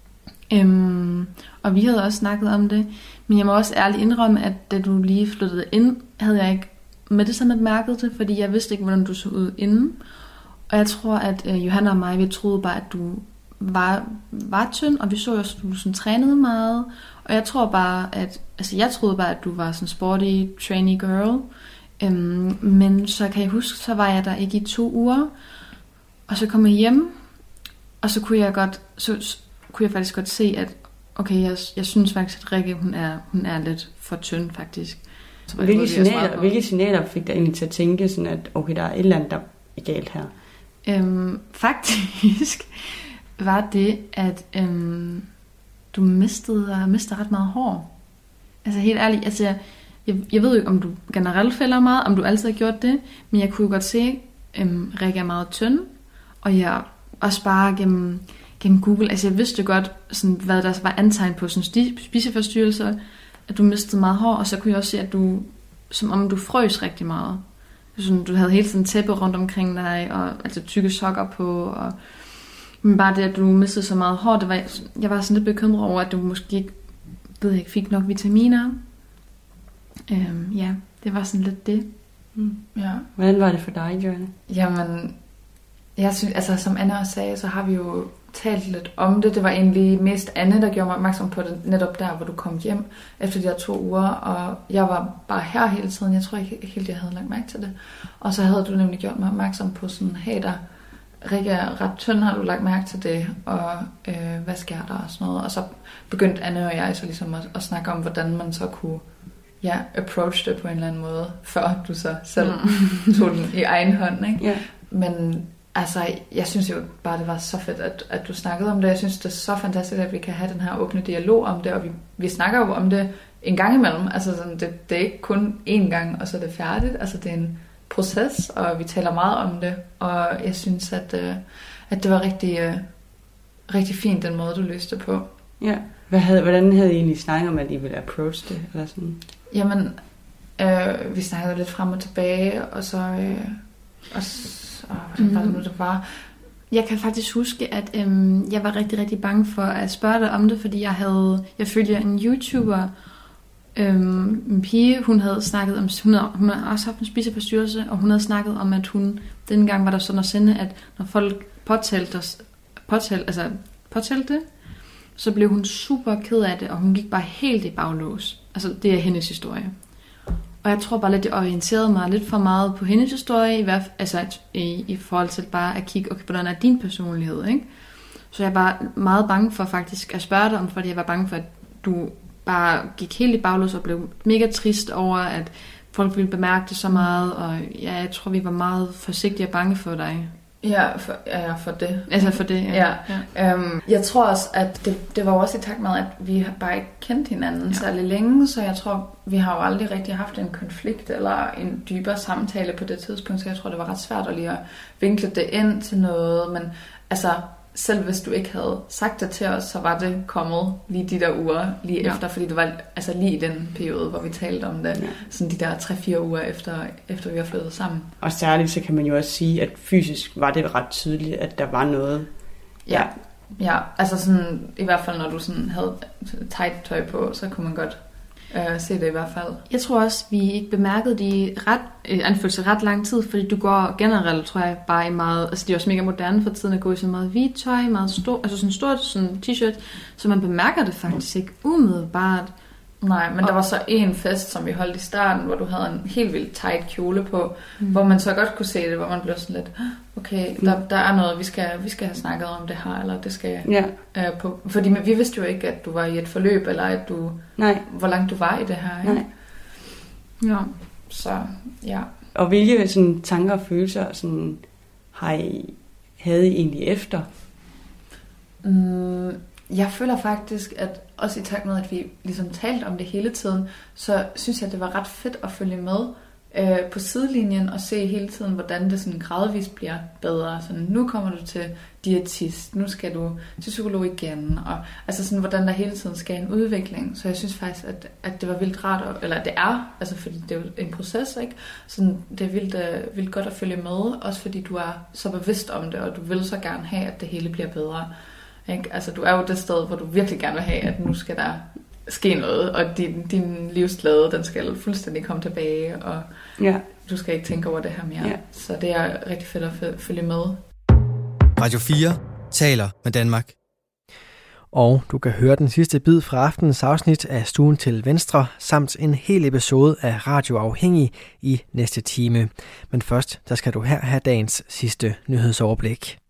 Øhm, og vi havde også snakket om det. Men jeg må også ærligt indrømme, at da du lige flyttede ind, havde jeg ikke med det samme mærket det, fordi jeg vidste ikke, hvordan du så ud inden. Og jeg tror, at øh, Johanna og mig, vi troede bare, at du var, var tynd, og vi så også, at du sådan trænede meget. Og jeg tror bare, at, altså jeg troede bare, at du var sådan sporty, trainee girl. Øhm, men så kan jeg huske, så var jeg der ikke i to uger. Og så kom jeg hjem, og så kunne jeg godt, så, så kunne jeg faktisk godt se, at okay, jeg, jeg synes faktisk, at Rikke, hun er, hun er lidt for tynd faktisk. Så hvilke, måde, signaler, hvilke signaler fik dig egentlig til at tænke, sådan at okay, der er et eller andet, der er galt her? Øhm, faktisk var det, at øhm, du mistede, mistede ret meget hår. Altså helt ærligt, altså jeg, jeg, jeg ved jo ikke, om du generelt fælder meget, om du altid har gjort det, men jeg kunne jo godt se, øhm, Rikke er meget tynd, og jeg også bare gennem, gennem Google, altså jeg vidste godt, sådan, hvad der var antegn på sådan spiseforstyrrelser, at du mistede meget hår, og så kunne jeg også se, at du, som om du frøs rigtig meget. Sådan, du havde hele tiden tæppe rundt omkring dig, og altså tykke sokker på, og men bare det, at du mistede så meget hår, det var, jeg var sådan lidt bekymret over, at du måske ikke, ved jeg ikke, fik nok vitaminer. Øhm, ja, det var sådan lidt det. Mm. Ja. Hvordan var det for dig, Johanna? Jamen, jeg synes, altså som Anna også sagde, så har vi jo talt lidt om det. Det var egentlig mest Anne, der gjorde mig opmærksom på det, netop der, hvor du kom hjem efter de her to uger, og jeg var bare her hele tiden. Jeg tror ikke helt, jeg havde lagt mærke til det. Og så havde du nemlig gjort mig opmærksom på sådan, hey der, Rikke er ret tynd, har du lagt mærke til det, og øh, hvad sker der og sådan noget. Og så begyndte Anne og jeg så ligesom at, at snakke om, hvordan man så kunne ja, approach det på en eller anden måde, før du så selv mm. tog den i egen hånd, ikke? Yeah. Men altså, jeg synes jo bare, det var så fedt, at, at du snakkede om det. Jeg synes, det er så fantastisk, at vi kan have den her åbne dialog om det, og vi, vi snakker jo om det en gang imellem. Altså, sådan, det, det er ikke kun én gang, og så er det færdigt. Altså, det er en proces, og vi taler meget om det, og jeg synes, at, øh, at det var rigtig, øh, rigtig fint, den måde, du løste det på. Ja. Hvad havde, hvordan havde I egentlig snakket om, at I ville approach det? Eller sådan? Jamen, øh, vi snakkede lidt frem og tilbage, og så... Øh, og så hvordan var det nu, det var? Jeg kan faktisk huske, at øhm, jeg var rigtig, rigtig bange for at spørge dig om det, fordi jeg havde, jeg følger en YouTuber, øhm, en pige, hun havde snakket om, hun havde, hun havde også haft en spiseforstyrrelse, og hun havde snakket om, at hun, denne gang var der sådan at sende, at når folk påtalte, påtalte, altså, påtalte det, så blev hun super ked af det, og hun gik bare helt i baglås. Altså, det er hendes historie. Og jeg tror bare lidt, det orienterede mig lidt for meget på hendes historie, i, hvert, altså, i, i forhold til bare at kigge, okay, hvordan er din personlighed, ikke? Så jeg var meget bange for faktisk at spørge dig om, fordi jeg var bange for, at du bare gik helt i baglås og blev mega trist over, at folk ville bemærke det så meget, og ja, jeg tror, vi var meget forsigtige og bange for dig. Ja, for, ja, for det. Altså for det, ja. ja. ja. Øhm, jeg tror også, at det, det var også i takt med, at vi bare ikke kendt hinanden ja. særlig længe, så jeg tror, vi har jo aldrig rigtig haft en konflikt eller en dybere samtale på det tidspunkt, så jeg tror, det var ret svært at lige at vinkle det ind til noget, men altså... Selv hvis du ikke havde sagt det til os, så var det kommet lige de der uger lige ja. efter, fordi det var altså lige i den periode, hvor vi talte om det, ja. sådan de der tre-fire uger efter, efter vi var flyttet sammen. Og særligt så kan man jo også sige, at fysisk var det ret tydeligt, at der var noget. Ja, ja. altså sådan, i hvert fald når du sådan havde tight tøj på, så kunne man godt øh, se det i hvert fald. Jeg tror også, vi ikke bemærkede det i ret, øh, anfølelse ret lang tid, fordi du går generelt, tror jeg, bare i meget, altså det er også mega moderne for tiden at gå i sådan meget hvidt tøj, meget stor, altså sådan stort sådan t-shirt, så man bemærker det faktisk ikke umiddelbart. Nej, men og der var så en fest, som vi holdt i starten, hvor du havde en helt vildt tight kjole på, mm. hvor man så godt kunne se det, hvor man blev sådan lidt, okay, der, der er noget, vi skal, vi skal have snakket om det her, eller det skal ja. øh, på. Fordi vi vidste jo ikke, at du var i et forløb, eller at du, Nej. hvor langt du var i det her. Ikke? Nej. Ja, så ja. Og hvilke sådan, tanker og følelser sådan, har I, havde I egentlig efter? Mm, jeg føler faktisk, at også i takt med, at vi ligesom talte om det hele tiden, så synes jeg, at det var ret fedt at følge med øh, på sidelinjen og se hele tiden, hvordan det sådan gradvist bliver bedre. Sådan, nu kommer du til diætist, nu skal du til psykolog igen, og altså sådan, hvordan der hele tiden skal en udvikling. Så jeg synes faktisk, at, at det var vildt rart, at, eller det er, altså fordi det er jo en proces, ikke? Sådan, det er vildt, uh, vildt godt at følge med, også fordi du er så bevidst om det, og du vil så gerne have, at det hele bliver bedre. Ikke? Altså du er jo det sted, hvor du virkelig gerne vil have, at nu skal der ske noget, og din, din livsglæde, den skal fuldstændig komme tilbage, og ja. Du skal ikke tænke over det her mere. Ja. Så det er rigtig fedt at følge med. Radio fire taler med Danmark. Og du kan høre den sidste bid fra aftenens afsnit af Stuen til Venstre, samt en hel episode af Radio Afhængig i næste time. Men først, der skal du her have dagens sidste nyhedsoverblik.